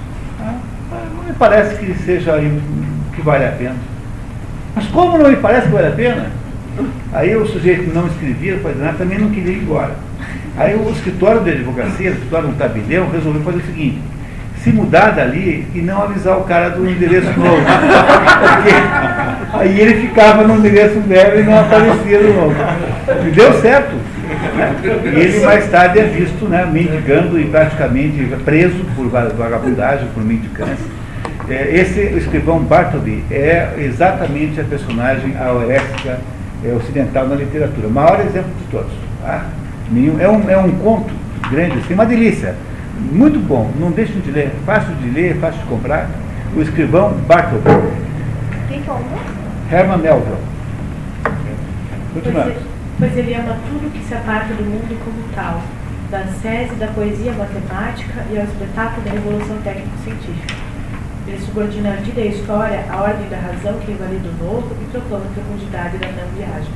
Não me parece que seja que vale a pena. Mas como não me parece que vale a pena? Aí o sujeito que não escrevia, também não queria ir embora. Aí o escritório de advocacia, o escritório de um tabelião, resolveu fazer o seguinte, se mudar dali e não avisar o cara do endereço novo. Porque aí ele ficava no endereço velho e não aparecia no novo. E deu certo. E ele mais tarde é visto, né, mendigando e praticamente preso por vagabundagem, por mendicância. Esse escrivão Bartleby é exatamente a personagem aurésica ocidental na literatura. O maior exemplo de todos. Tá? É um conto grande, assim, uma delícia. Muito bom, não deixem de ler, fácil de ler, fácil de comprar. O escrivão Bartleby. Quem que é o nome? Herman Melville. Continuando. Pois ele ama tudo que se aparta do mundo como tal, da sese da poesia matemática e ao espetáculo da revolução técnico-científica. Ele subordina a vida e a história à ordem da razão que invalida o novo e proclama a fecundidade da não viagem.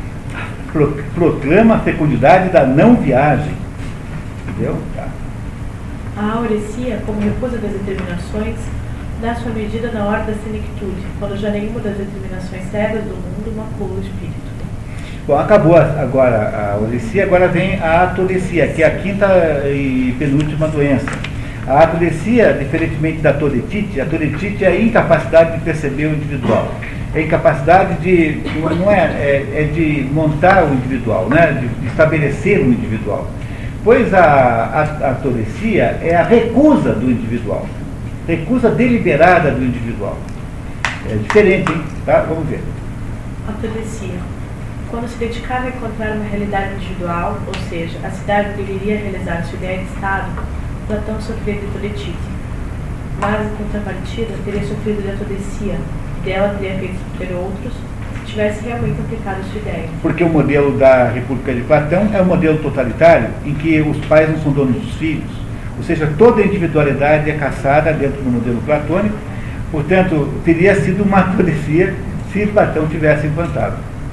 Proclama a fecundidade da não viagem. Entendeu? Tá. A auresia, como recusa das determinações, dá sua medida na hora da senectude, quando já nenhuma das determinações cegas do mundo macula o espírito. Bom, acabou agora a auresia, agora vem a atolesia, que é a quinta e penúltima doença. A atolesia, diferentemente da toletite, a toletite é a incapacidade de perceber o individual. É a incapacidade de, não é de montar o individual, né? De estabelecer o individual. Pois a atolesia é a recusa do individual, recusa deliberada do individual. É diferente, hein? Tá? Vamos ver. Atolesia. Quando se dedicava a encontrar uma realidade individual, ou seja, a cidade onde ele iria realizar sua ideia de Estado, Platão sofria de toletite. Mas, em contrapartida, teria sofrido de atolesia, dela teria feito sofrer outros, se tivesse realmente aplicado sua ideia. Porque o modelo da República de Platão é um modelo totalitário em que os pais não são donos dos filhos, ou seja, toda a individualidade é caçada dentro do modelo platônico, portanto, teria sido uma atolesia se Platão tivesse implantado.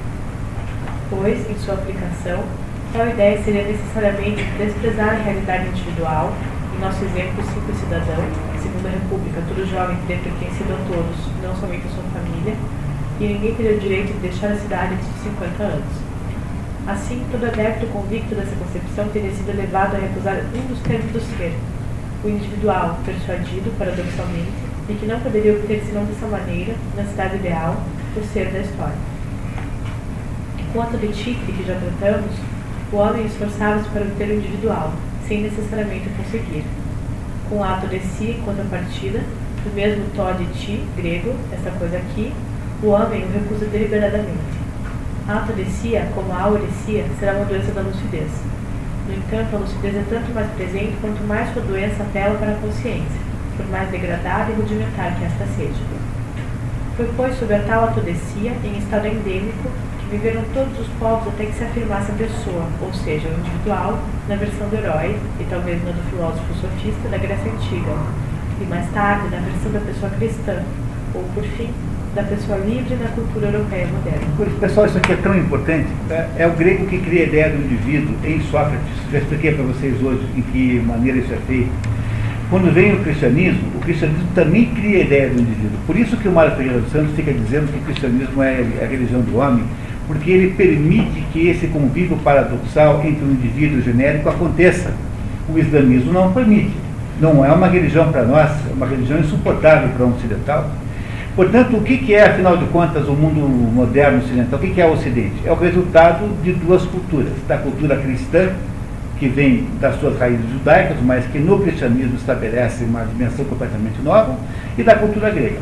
Pois, em sua aplicação, tal ideia seria necessariamente desprezar a realidade individual, em nosso exemplo, simples cidadão, segundo a República, todo jovem teria pertencido a todos, não somente a sua família, e ninguém teria o direito de deixar a cidade antes de 50 anos. Assim, todo adepto convicto dessa concepção teria sido levado a recusar um dos termos do ser, o individual, persuadido, paradoxalmente, de que não poderia obter senão dessa maneira, na cidade ideal, o ser da história. Com a toletite que já tratamos, o homem esforçava-se para obter o individual, sem necessariamente conseguir. Com a atolesia em contrapartida, do mesmo tó de ti, grego, essa coisa aqui, o homem o recusa deliberadamente. A atolesia, como a auresia, será uma doença da lucidez. No entanto, a lucidez é tanto mais presente quanto mais sua doença apela para a consciência, por mais degradada e rudimentar que esta seja. Foi, pois, sob a tal atolesia, em estado endêmico, que viveram todos os povos até que se afirmasse a pessoa, ou seja, o individual, na versão do herói, e talvez na do filósofo sofista da Grécia Antiga, e mais tarde na versão da pessoa cristã, ou, por fim, da pessoa livre na cultura europeia moderna. Pessoal, isso aqui é tão importante. É o grego que cria a ideia do indivíduo em Sócrates. Já expliquei para vocês hoje em que maneira isso é feito. Quando vem o cristianismo também cria a ideia do indivíduo. Por isso que o Mário Ferreira dos Santos fica dizendo que o cristianismo é a religião do homem, porque ele permite que esse convívio paradoxal entre o indivíduo e o genérico aconteça. O islamismo não permite. Não é uma religião para nós, é uma religião insuportável para o ocidental. Portanto, o que é, afinal de contas, o mundo moderno ocidental? O que é o Ocidente? É o resultado de duas culturas. Da cultura cristã, que vem das suas raízes judaicas, mas que no cristianismo estabelece uma dimensão completamente nova, e da cultura grega.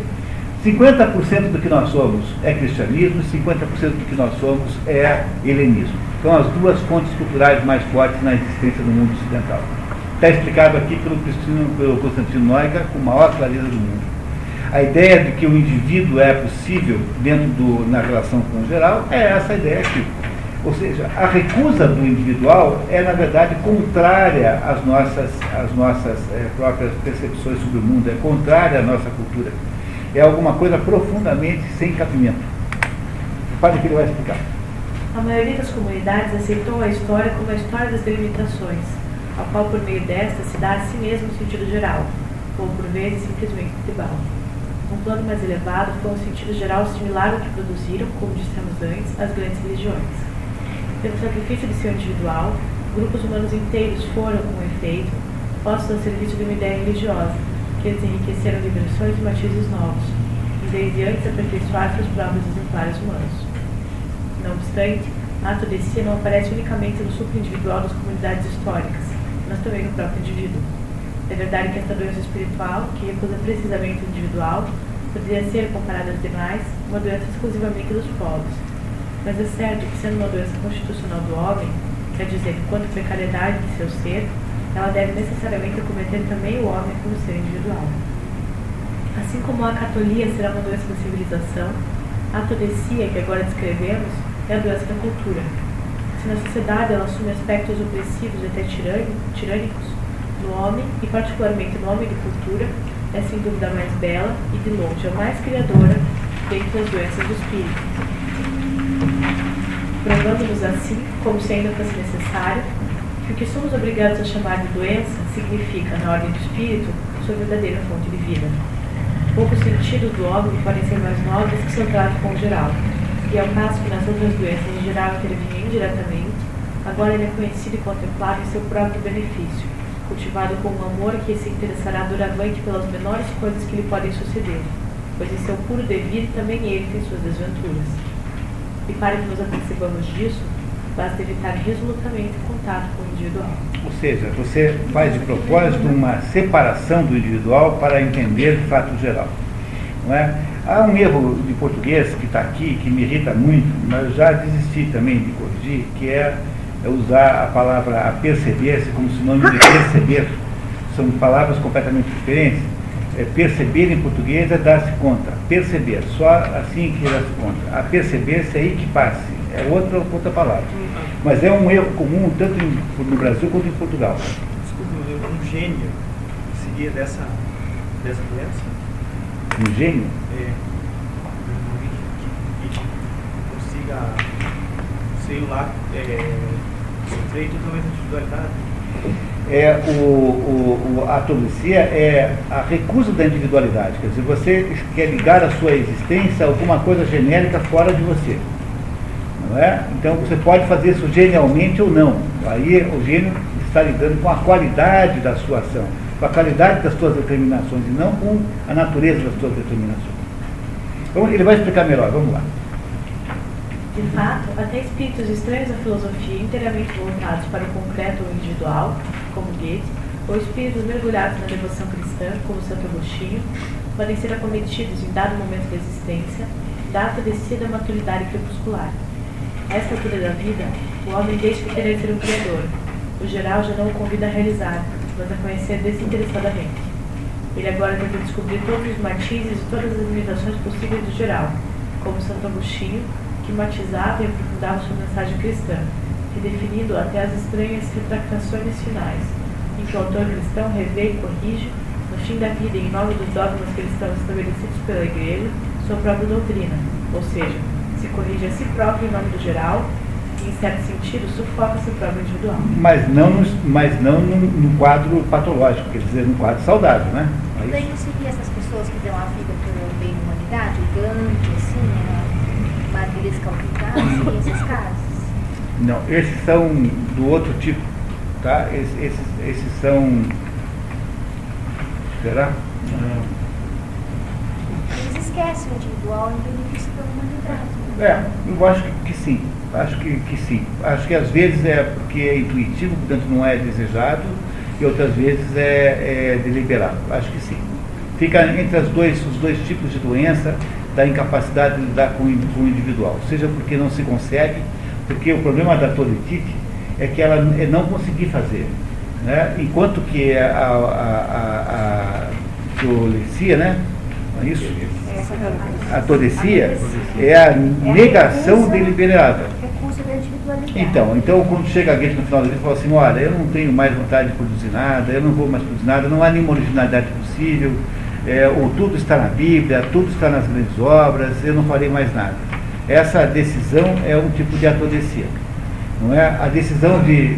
50% do que nós somos é cristianismo e 50% do que nós somos é helenismo. São as duas fontes culturais mais fortes na existência do mundo ocidental. Está explicado aqui pelo Constantino Neuga com a maior clareza do mundo. A ideia de que o indivíduo é possível na relação com o geral é essa ideia aqui. Ou seja, a recusa do individual é, na verdade, contrária às nossas próprias percepções sobre o mundo, é contrária à nossa cultura. É alguma coisa profundamente sem cabimento. Repare que ele vai explicar. A maioria das comunidades aceitou a história como a história das delimitações, ao qual por meio desta se dá a si mesmo um sentido geral, ou por vezes simplesmente tribal. Um plano mais elevado foi um sentido geral similar ao que produziram, como dissemos antes, as grandes religiões. Pelo sacrifício de seu individual, grupos humanos inteiros foram, com efeito, postos ao serviço de uma ideia religiosa, que eles enriqueceram de versões e matizes novos, e desde antes aperfeiçoar seus próprios exemplares humanos. Não obstante, a ato de si não aparece unicamente no supra-individual das comunidades históricas, mas também no próprio indivíduo. É verdade que esta doença espiritual, que recusa precisamente o individual, poderia ser, comparada às demais, uma doença exclusivamente dos povos. Mas é certo que, sendo uma doença constitucional do homem, quer dizer, quanto precariedade de seu ser, ela deve necessariamente acometer também o homem como ser individual. Assim como a acatolia será uma doença da civilização, a atodecia, que agora descrevemos, é a doença da cultura. Se na sociedade ela assume aspectos opressivos e até tirânicos, no homem, e particularmente no homem de cultura, é sem dúvida a mais bela e de longe a mais criadora dentre as doenças do espírito. Provando-nos assim, como se ainda fosse necessário, que o que somos obrigados a chamar de doença significa, na ordem do espírito, sua verdadeira fonte de vida. Poucos sentidos do homem podem ser mais nobres que seu trato com o geral, e ao passo que nas outras doenças em geral intervinha indiretamente, agora ele é conhecido e contemplado em seu próprio benefício, cultivado com um amor que se interessará doravante pelas menores coisas que lhe podem suceder, pois em seu puro devido também ele tem suas desventuras. E para que nos apercebamos disso, basta evitar resolutamente o contato com o individual. Ou seja, você faz de propósito uma separação do individual para entender o fato geral. Não é? Há um erro de português que está aqui, que me irrita muito, mas já desisti também de corrigir, que é usar a palavra aperceber-se como sinônimo de perceber. São palavras completamente diferentes. Perceber em português é dar-se conta. Perceber, só assim que dar-se conta. Aperceber-se é aí que passe. É outra palavra. Mas é um erro comum tanto no Brasil quanto em Portugal. Desculpa, um gênio seria dessa doença? Um gênio? Que consiga, sei lá, sofrer totalmente a individualidade. A atodecia é a recusa da individualidade. Quer dizer, você quer ligar a sua existência a alguma coisa genérica fora de você. Não é? Então você pode fazer isso genialmente ou não. Aí o gênio está lidando com a qualidade da sua ação, com a qualidade das suas determinações e não com a natureza das suas determinações. Então ele vai explicar melhor, vamos lá. De fato, até espíritos estranhos à filosofia inteiramente voltados para o concreto ou individual, como Goethe, ou espíritos mergulhados na devoção cristã, como Santo Agostinho, podem ser acometidos em dado momento da existência, data descida à maturidade crepuscular. A esta altura da vida, o homem deixa de querer ser um criador. O geral já não o convida a realizar, mas a conhecer desinteressadamente. Ele agora tenta descobrir todos os matizes e todas as limitações possíveis do geral, como Santo Agostinho, que matizava e aprofundava sua mensagem cristã, redefinindo até as estranhas retractações finais, em que o autor cristão revê e corrige, no fim da vida e em nome dos dogmas cristãos estabelecidos pela Igreja, sua própria doutrina, ou seja, se corrige a si próprio em nome do geral e, em certo sentido, sufoca seu próprio individual. Mas não no quadro patológico, quer dizer, no quadro saudável, né? Daí não seria essas pessoas que dão a vida pelo bem da humanidade, o Gandhi, assim, Madeiras Calcutadas, seriam esses casos? Não, esses são do outro tipo, tá? Esses são... Será? Eles esquecem o individual em benefício da humanidade. Eu acho que sim. Acho que sim. Acho que às vezes é porque é intuitivo, portanto não é desejado, e outras vezes é deliberado. Acho que sim. Fica entre os dois tipos de doença, da incapacidade de lidar com o individual. Seja porque não se consegue, porque o problema da toletite é que ela é não conseguir fazer. Né? Enquanto que a tolecia, né? Não é isso? A tolecia é a negação deliberada. Então, quando chega alguém no final da vida e fala assim, olha, eu não tenho mais vontade de produzir nada, eu não vou mais produzir nada, não há nenhuma originalidade possível, ou tudo está na Bíblia, tudo está nas grandes obras, eu não farei mais nada. Essa decisão é um tipo de atodecia. Não é? A decisão de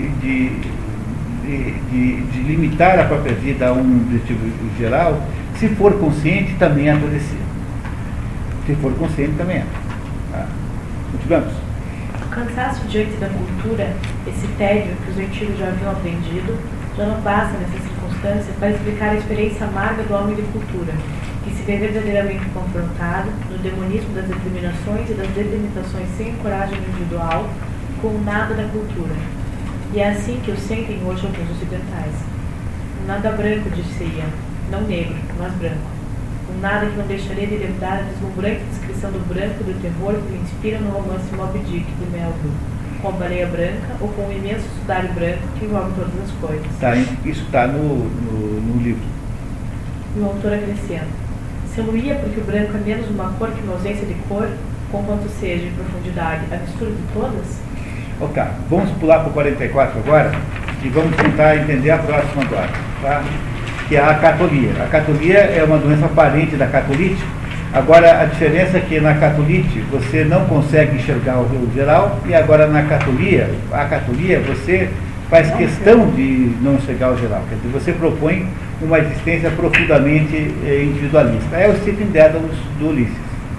limitar a própria vida a um objetivo geral, se for consciente, também é atodecia. Se for consciente, também é. Tá? Continuamos. O cansaço diante da cultura, esse tédio que os antigos já haviam aprendido, já não basta nessa circunstância para explicar a experiência amarga do homem de cultura, que se vê verdadeiramente confrontado no demonismo das determinações e das delimitações sem coragem individual com o nada da cultura. E é assim que o sentem hoje alguns ocidentais. Um nada branco, disse-ia, não negro, mas branco. Um nada que não deixaria de lembrar a deslumbrante descrição do branco do terror que lhe inspira no romance Moby Dick, do Melville, com a baleia branca ou com o imenso sudário branco que envolve todas as coisas. Isso está no livro. E o autor acrescenta, se-lo-ia porque o branco é menos uma cor que uma ausência de cor, conquanto seja, em profundidade, a mistura de todas? Ok, vamos pular para o 44 agora e vamos tentar entender a próxima agora, tá? Que é a acatolia. A acatolia é uma doença parente da catolite. Agora, a diferença é que na catolite você não consegue enxergar o geral, e agora na acatolia você faz questão de não enxergar o geral. Quer dizer, você propõe uma existência profundamente individualista. É o Stephen Dedalus do Ulisses.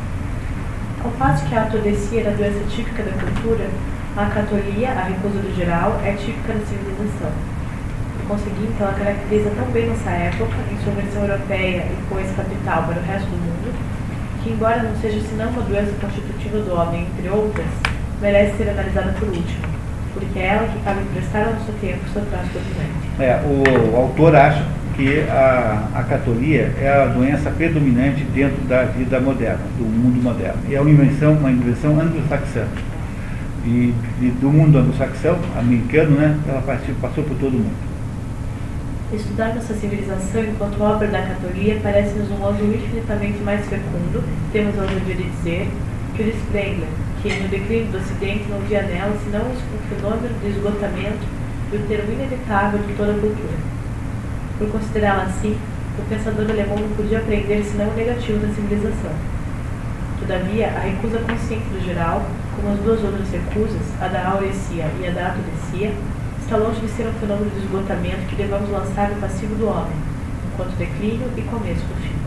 Ao passo que a atodecia era a doença típica da cultura, a acatolia, a recusa do geral, é típica da civilização. Por conseguinte, ela caracteriza tão bem nossa época, em sua versão europeia e pois capital para o resto do mundo, que, embora não seja senão uma doença constitutiva do homem, entre outras, merece ser analisada por último, porque é ela que cabe prestar ao nosso tempo seu traço dominante. O autor acha que a acatolia é a doença predominante dentro da vida moderna, do mundo moderno. E é uma invenção anglo-saxã. E do mundo anglo-saxão, americano, né, ela passou por todo mundo. Estudar nossa civilização enquanto obra da acatolia parece-nos um ângulo infinitamente mais fecundo, temos a ousadia de dizer, que o de Spengler, que no declínio do Ocidente não via nela senão o fenômeno do esgotamento e o termo inevitável de toda a cultura. Por considerá-la assim, o pensador alemão não podia aprender senão o negativo da civilização. Todavia, a recusa consciente do geral, como as duas outras recusas, a da aurecia e a da atodecia, está longe de ser um fenômeno de esgotamento que devamos lançar no passivo do homem, enquanto declínio e começo do fim.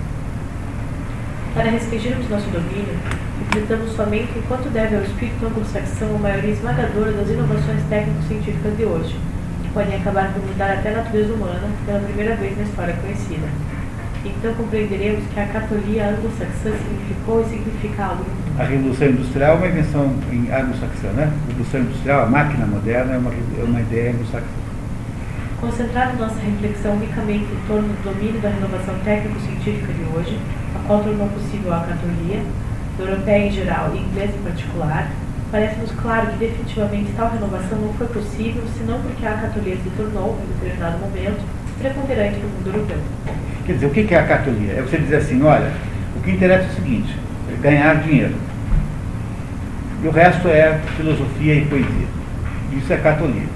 Para restringirmos nosso domínio, reflitamos somente enquanto deve ao espírito anglo-saxão a maioria esmagadora das inovações técnico-científicas de hoje, que podem acabar por mudar até a natureza humana pela primeira vez na história conhecida. Então compreenderemos que a acatolia anglo-saxã significou e significa algo. A Revolução Industrial é uma invenção anglo-saxã, né? A Revolução Industrial, a máquina moderna, é uma ideia anglo-saxã. Concentrado nossa reflexão unicamente em torno do domínio da renovação técnico-científica de hoje, a qual tornou possível a acatolia, europeia em geral e inglesa em particular, parece-nos claro que definitivamente tal renovação não foi possível senão porque a acatolia se tornou, em determinado momento, preponderante no mundo europeu. Quer dizer, o que é a acatolia? É você dizer assim, olha, o que interessa é o seguinte, é ganhar dinheiro. E o resto é filosofia e poesia. Isso é acatolia.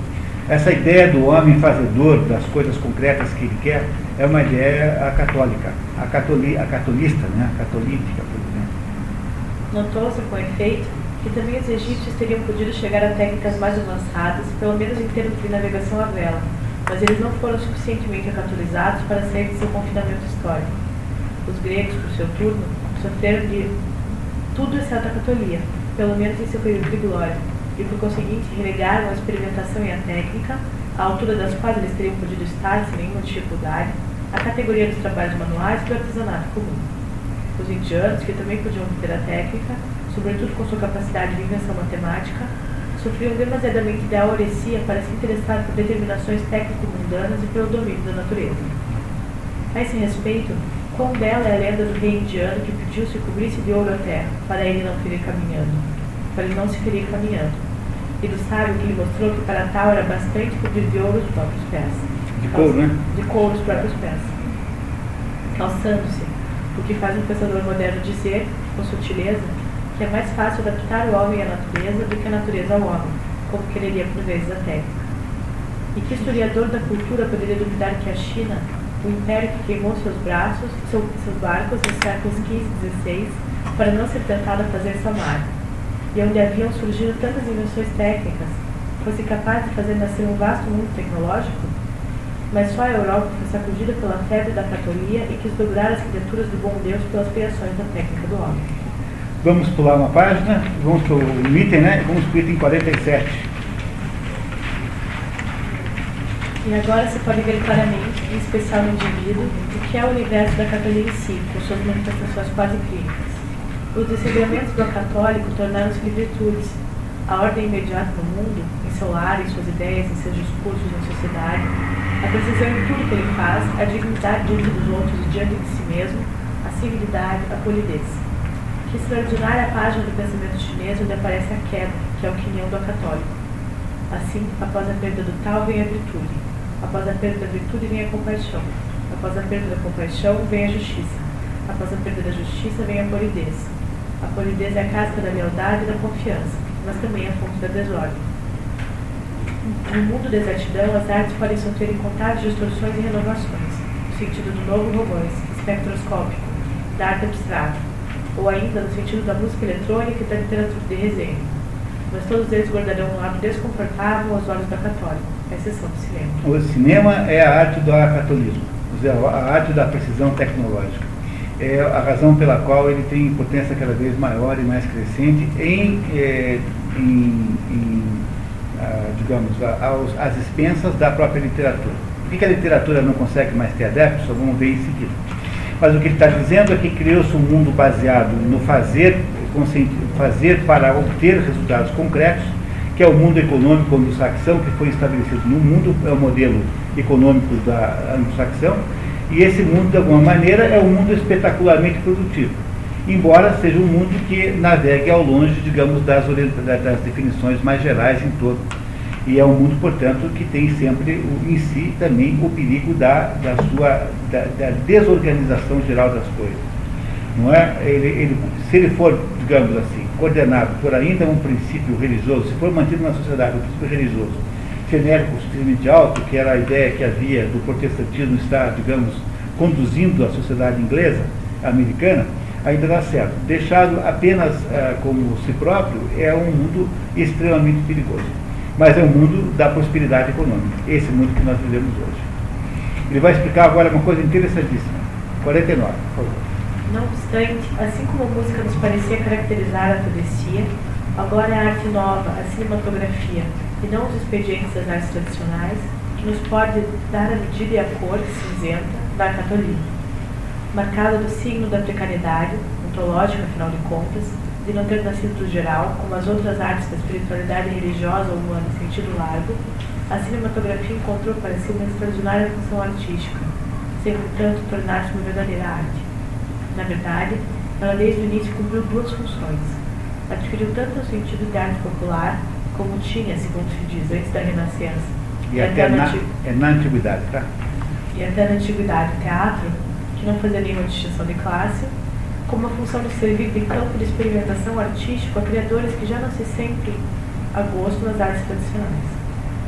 Essa ideia do homem fazedor das coisas concretas que ele quer é uma ideia católica, catolista, né? Catolítica, por exemplo. Notou-se, com efeito, que também os egípcios teriam podido chegar a técnicas mais avançadas, pelo menos em termos de navegação à vela, mas eles não foram suficientemente acatolizados para sair de seu confinamento histórico. Os gregos, por seu turno, sofreram de tudo exceto a catolia, pelo menos em seu período de glória, e por conseguinte relegaram a experimentação e a técnica, à altura das quais eles teriam podido estar sem nenhuma dificuldade, à categoria dos trabalhos manuais e do artesanato comum. Os indianos, que também podiam obter a técnica, sobretudo com sua capacidade de invenção matemática, sofriam demasiadamente de aurecia para se interessar por determinações técnico-mundanas e pelo domínio da natureza. A esse respeito, quão bela é a lenda do rei indiano que pediu se cobrisse de ouro a terra, para ele não se ferir caminhando, e do sábio que lhe mostrou que para tal era bastante cobrir de ouro os próprios pés. De couro, né? De couro os próprios pés. Calçando-se, o que faz um pensador moderno dizer, com sutileza, que é mais fácil adaptar o homem à natureza do que a natureza ao homem, como quereria por vezes a técnica. E que historiador da cultura poderia duvidar que a China, o império que queimou seus barcos nos séculos XV e XVI, para não ser tentado a fazer samar, e onde haviam surgido tantas invenções técnicas, fosse capaz de fazer nascer um vasto mundo tecnológico? Mas só a Europa foi sacudida pela febre da catolia e quis dobrar as criaturas do bom Deus pelas criações da técnica do homem. Vamos pular uma página, vamos para o item, né? Vamos para o item 47. E agora se pode ver claramente, em especial no indivíduo, o que é o universo da catolia em si, com suas manifestações quase clínicas. Os desregramentos do acatólico tornaram-se virtudes. A ordem imediata no mundo, em seu lar, em suas ideias, em seus discursos, na sociedade, a precisão em tudo que ele faz, a dignidade diante dos outros e diante de si mesmo, a civilidade, a polidez. Que extraordinária página do pensamento chinês onde aparece a queda, que é o quinhão do acatólico. Assim, após a perda do tal vem a virtude. Após a perda da virtude vem a compaixão. Após a perda da compaixão vem a justiça. Após a perda da justiça vem a polidez. A polidez é a casca da lealdade e da confiança, mas também a fonte da desordem. No mundo da exatidão, as artes podem sofrer incontáveis distorções e renovações, no sentido do novo romance, espectroscópico, da arte abstrata, ou ainda no sentido da música eletrônica e da literatura de resenha. Mas todos eles guardarão um lado desconfortável aos olhos da católica, à exceção do cinema. O cinema é a arte do acatolismo, a arte da precisão tecnológica. É a razão pela qual ele tem importância cada vez maior e mais crescente digamos, às expensas da própria literatura. Por que a literatura não consegue mais ter adeptos? Só vamos ver em seguida. Mas o que ele está dizendo é que criou-se um mundo baseado no fazer para obter resultados concretos, que é o mundo econômico anglo-saxão, que foi estabelecido no mundo, é o modelo econômico da anglo-saxão, e esse mundo, de alguma maneira, é um mundo espetacularmente produtivo, embora seja um mundo que navegue ao longe, digamos, das definições mais gerais em todo. E é um mundo, portanto, que tem sempre em si também o perigo da desorganização geral das coisas. Não é? Se ele for, digamos assim, coordenado por ainda um princípio religioso, se for mantido na sociedade um princípio religioso genérico suficientemente alto, que era a ideia que havia do protestantismo estar, digamos, conduzindo a sociedade inglesa, americana, ainda dá certo. Deixado apenas como si próprio, é um mundo extremamente perigoso. Mas é um mundo da prosperidade econômica, esse mundo que nós vivemos hoje. Ele vai explicar agora uma coisa interessantíssima. 49, por favor. Não obstante, assim como a música nos parecia caracterizar a travessia, agora é a arte nova, a cinematografia, e não os expedientes das artes tradicionais, que nos pode dar a medida e a cor cinzenta da acatolia, marcada do signo da precariedade, ontológica afinal de contas, de não ter nascido do geral, como as outras artes da espiritualidade religiosa ou humana em sentido largo. A cinematografia encontrou para si uma extraordinária função artística, sem, portanto, tornar-se uma verdadeira arte. Na verdade, ela desde o início cumpriu duas funções. Adquiriu tanto o sentido de arte popular, como tinha, segundo se diz, antes da Renascença. E até na Antiguidade, tá? E até na Antiguidade, teatro, que não fazia nenhuma distinção de classe, como a função de servir de campo de experimentação artístico a criadores que já não se sentem a gosto nas artes tradicionais.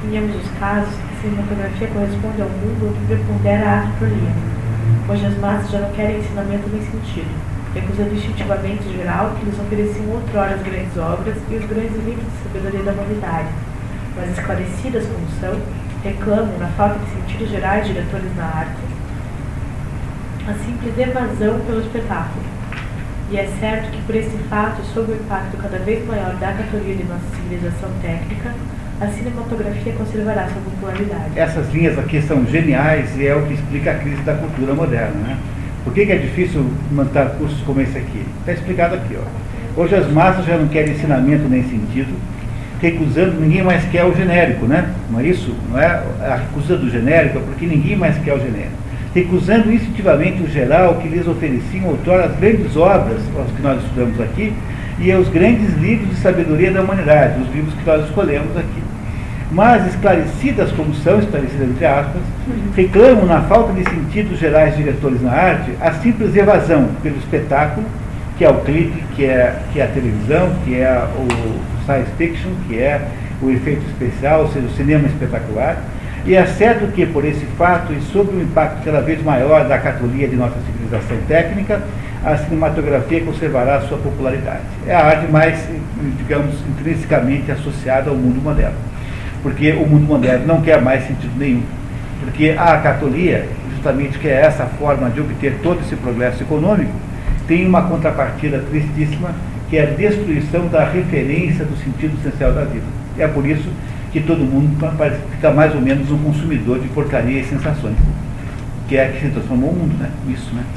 em ambos os casos, a cinematografia corresponde ao mundo onde prepondera a arte prolífica. Hoje as massas já não querem ensinamento nem sentido, recusando instintivamente o geral que lhes ofereciam outrora as grandes obras e os grandes livros de sabedoria da novidade, mas esclarecidas como são, reclamam, na falta de sentidos gerais diretores na arte, a simples evasão pelo espetáculo. E é certo que por esse fato, sob o impacto cada vez maior da categoria de nossa civilização técnica, a cinematografia conservará sua popularidade. Essas linhas aqui são geniais e é o que explica a crise da cultura moderna, né? Por que é difícil manter cursos como esse aqui? Está explicado aqui, ó. Hoje as massas já não querem ensinamento nem sentido, recusando, ninguém mais quer o genérico, né? Não é isso? Não é a recusa do genérico, é porque ninguém mais quer o genérico. Recusando instintivamente o geral que lhes ofereciam outrora as grandes obras, as que nós estudamos aqui, e os grandes livros de sabedoria da humanidade, os livros que nós escolhemos aqui. Mas, esclarecidas como são, esclarecidas entre aspas, reclamam na falta de sentidos gerais diretores na arte a simples evasão pelo espetáculo, que é o clipe, que é a televisão, que é o science fiction, que é o efeito especial, ou seja, o cinema espetacular. E é certo que, por esse fato, e sob o impacto cada vez maior da catolia de nossa civilização técnica, a cinematografia conservará sua popularidade. É a arte mais, digamos, intrinsecamente associada ao mundo moderno. Porque o mundo moderno não quer mais sentido nenhum. Porque a catolia, justamente que é essa forma de obter todo esse progresso econômico, tem uma contrapartida tristíssima, que é a destruição da referência do sentido essencial da vida. E é por isso que todo mundo fica mais ou menos um consumidor de porcaria e sensações, que é a que se transformou o mundo, né? Isso, né?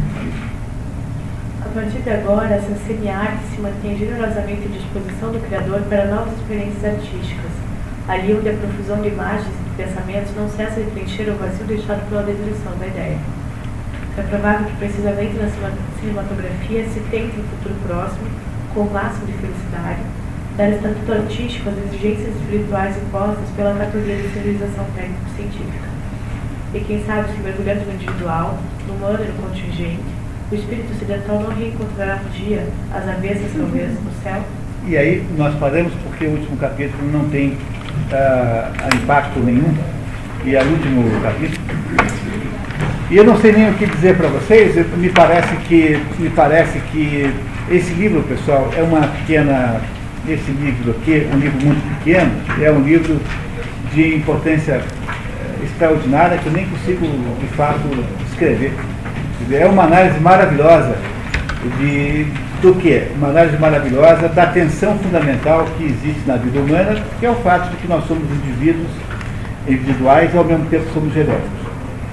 A partir de agora, essa semi-arte se mantém generosamente à disposição do Criador para novas experiências artísticas, ali onde a profusão de imagens e de pensamentos não cessa de preencher o vazio deixado pela destruição da ideia. É provável que precisamente na cinematografia se tente no futuro próximo, com o máximo de felicidade, dar estatuto artístico às exigências espirituais impostas pela categoria de civilização técnico-científica. E quem sabe, se mergulhando no individual, no humano e no contingente, o espírito ocidental não reencontrará um dia, às avessas talvez, no céu? E aí nós paramos porque o último capítulo não tem impacto nenhum, e é o último capítulo. E eu não sei nem o que dizer para vocês, me parece que esse livro, pessoal, é uma pequena... Esse livro aqui é um livro muito pequeno, é um livro de importância extraordinária que eu nem consigo, de fato, escrever. É uma análise maravilhosa do que? Uma análise maravilhosa da tensão fundamental que existe na vida humana, que é o fato de que nós somos individuais e ao mesmo tempo somos genéricos.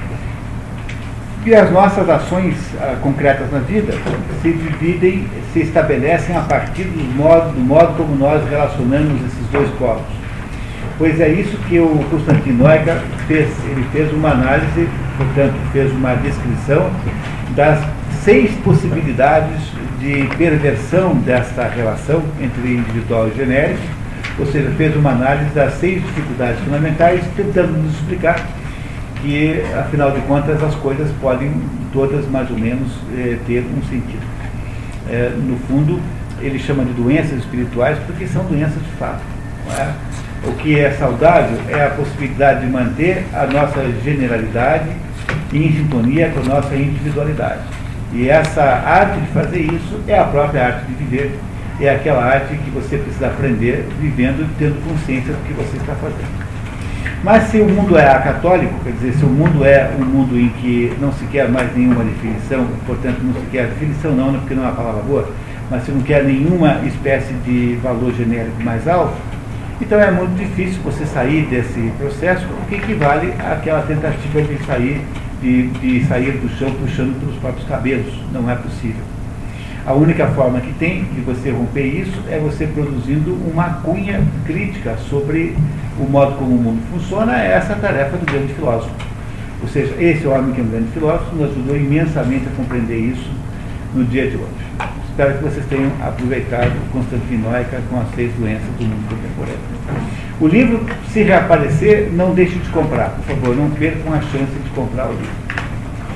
E as nossas ações concretas na vida se dividem, se estabelecem a partir do modo como nós relacionamos esses dois polos. Pois é isso que o Konstantin Neucker fez. Ele fez uma análise, portanto, fez uma descrição das 6 possibilidades de perversão desta relação entre individual e genérico, ou seja, fez uma análise das 6 dificuldades fundamentais, tentando nos explicar que, afinal de contas, as coisas podem todas, mais ou menos, ter um sentido. No fundo, ele chama de doenças espirituais porque são doenças de fato. Não é? O que é saudável é a possibilidade de manter a nossa generalidade em sintonia com a nossa individualidade. E essa arte de fazer isso é a própria arte de viver. É aquela arte que você precisa aprender vivendo e tendo consciência do que você está fazendo. Mas se o mundo é acatólico, quer dizer, se o mundo é um mundo em que não se quer mais nenhuma definição, portanto não se quer definição não, porque não é uma palavra boa, mas se não quer nenhuma espécie de valor genérico mais alto, então é muito difícil você sair desse processo, porque equivale àquela tentativa de sair do chão puxando pelos próprios cabelos. Não é possível. A única forma que tem de você romper isso é você produzindo uma cunha crítica sobre o modo como o mundo funciona. É essa a tarefa do grande filósofo. Ou seja, esse homem que é um grande filósofo nos ajudou imensamente a compreender isso no dia de hoje. Espero que vocês tenham aproveitado Konstantin Neucker com as 6 doenças do mundo contemporâneo. O livro, se reaparecer, não deixe de comprar, por favor, não percam a chance de comprar o livro.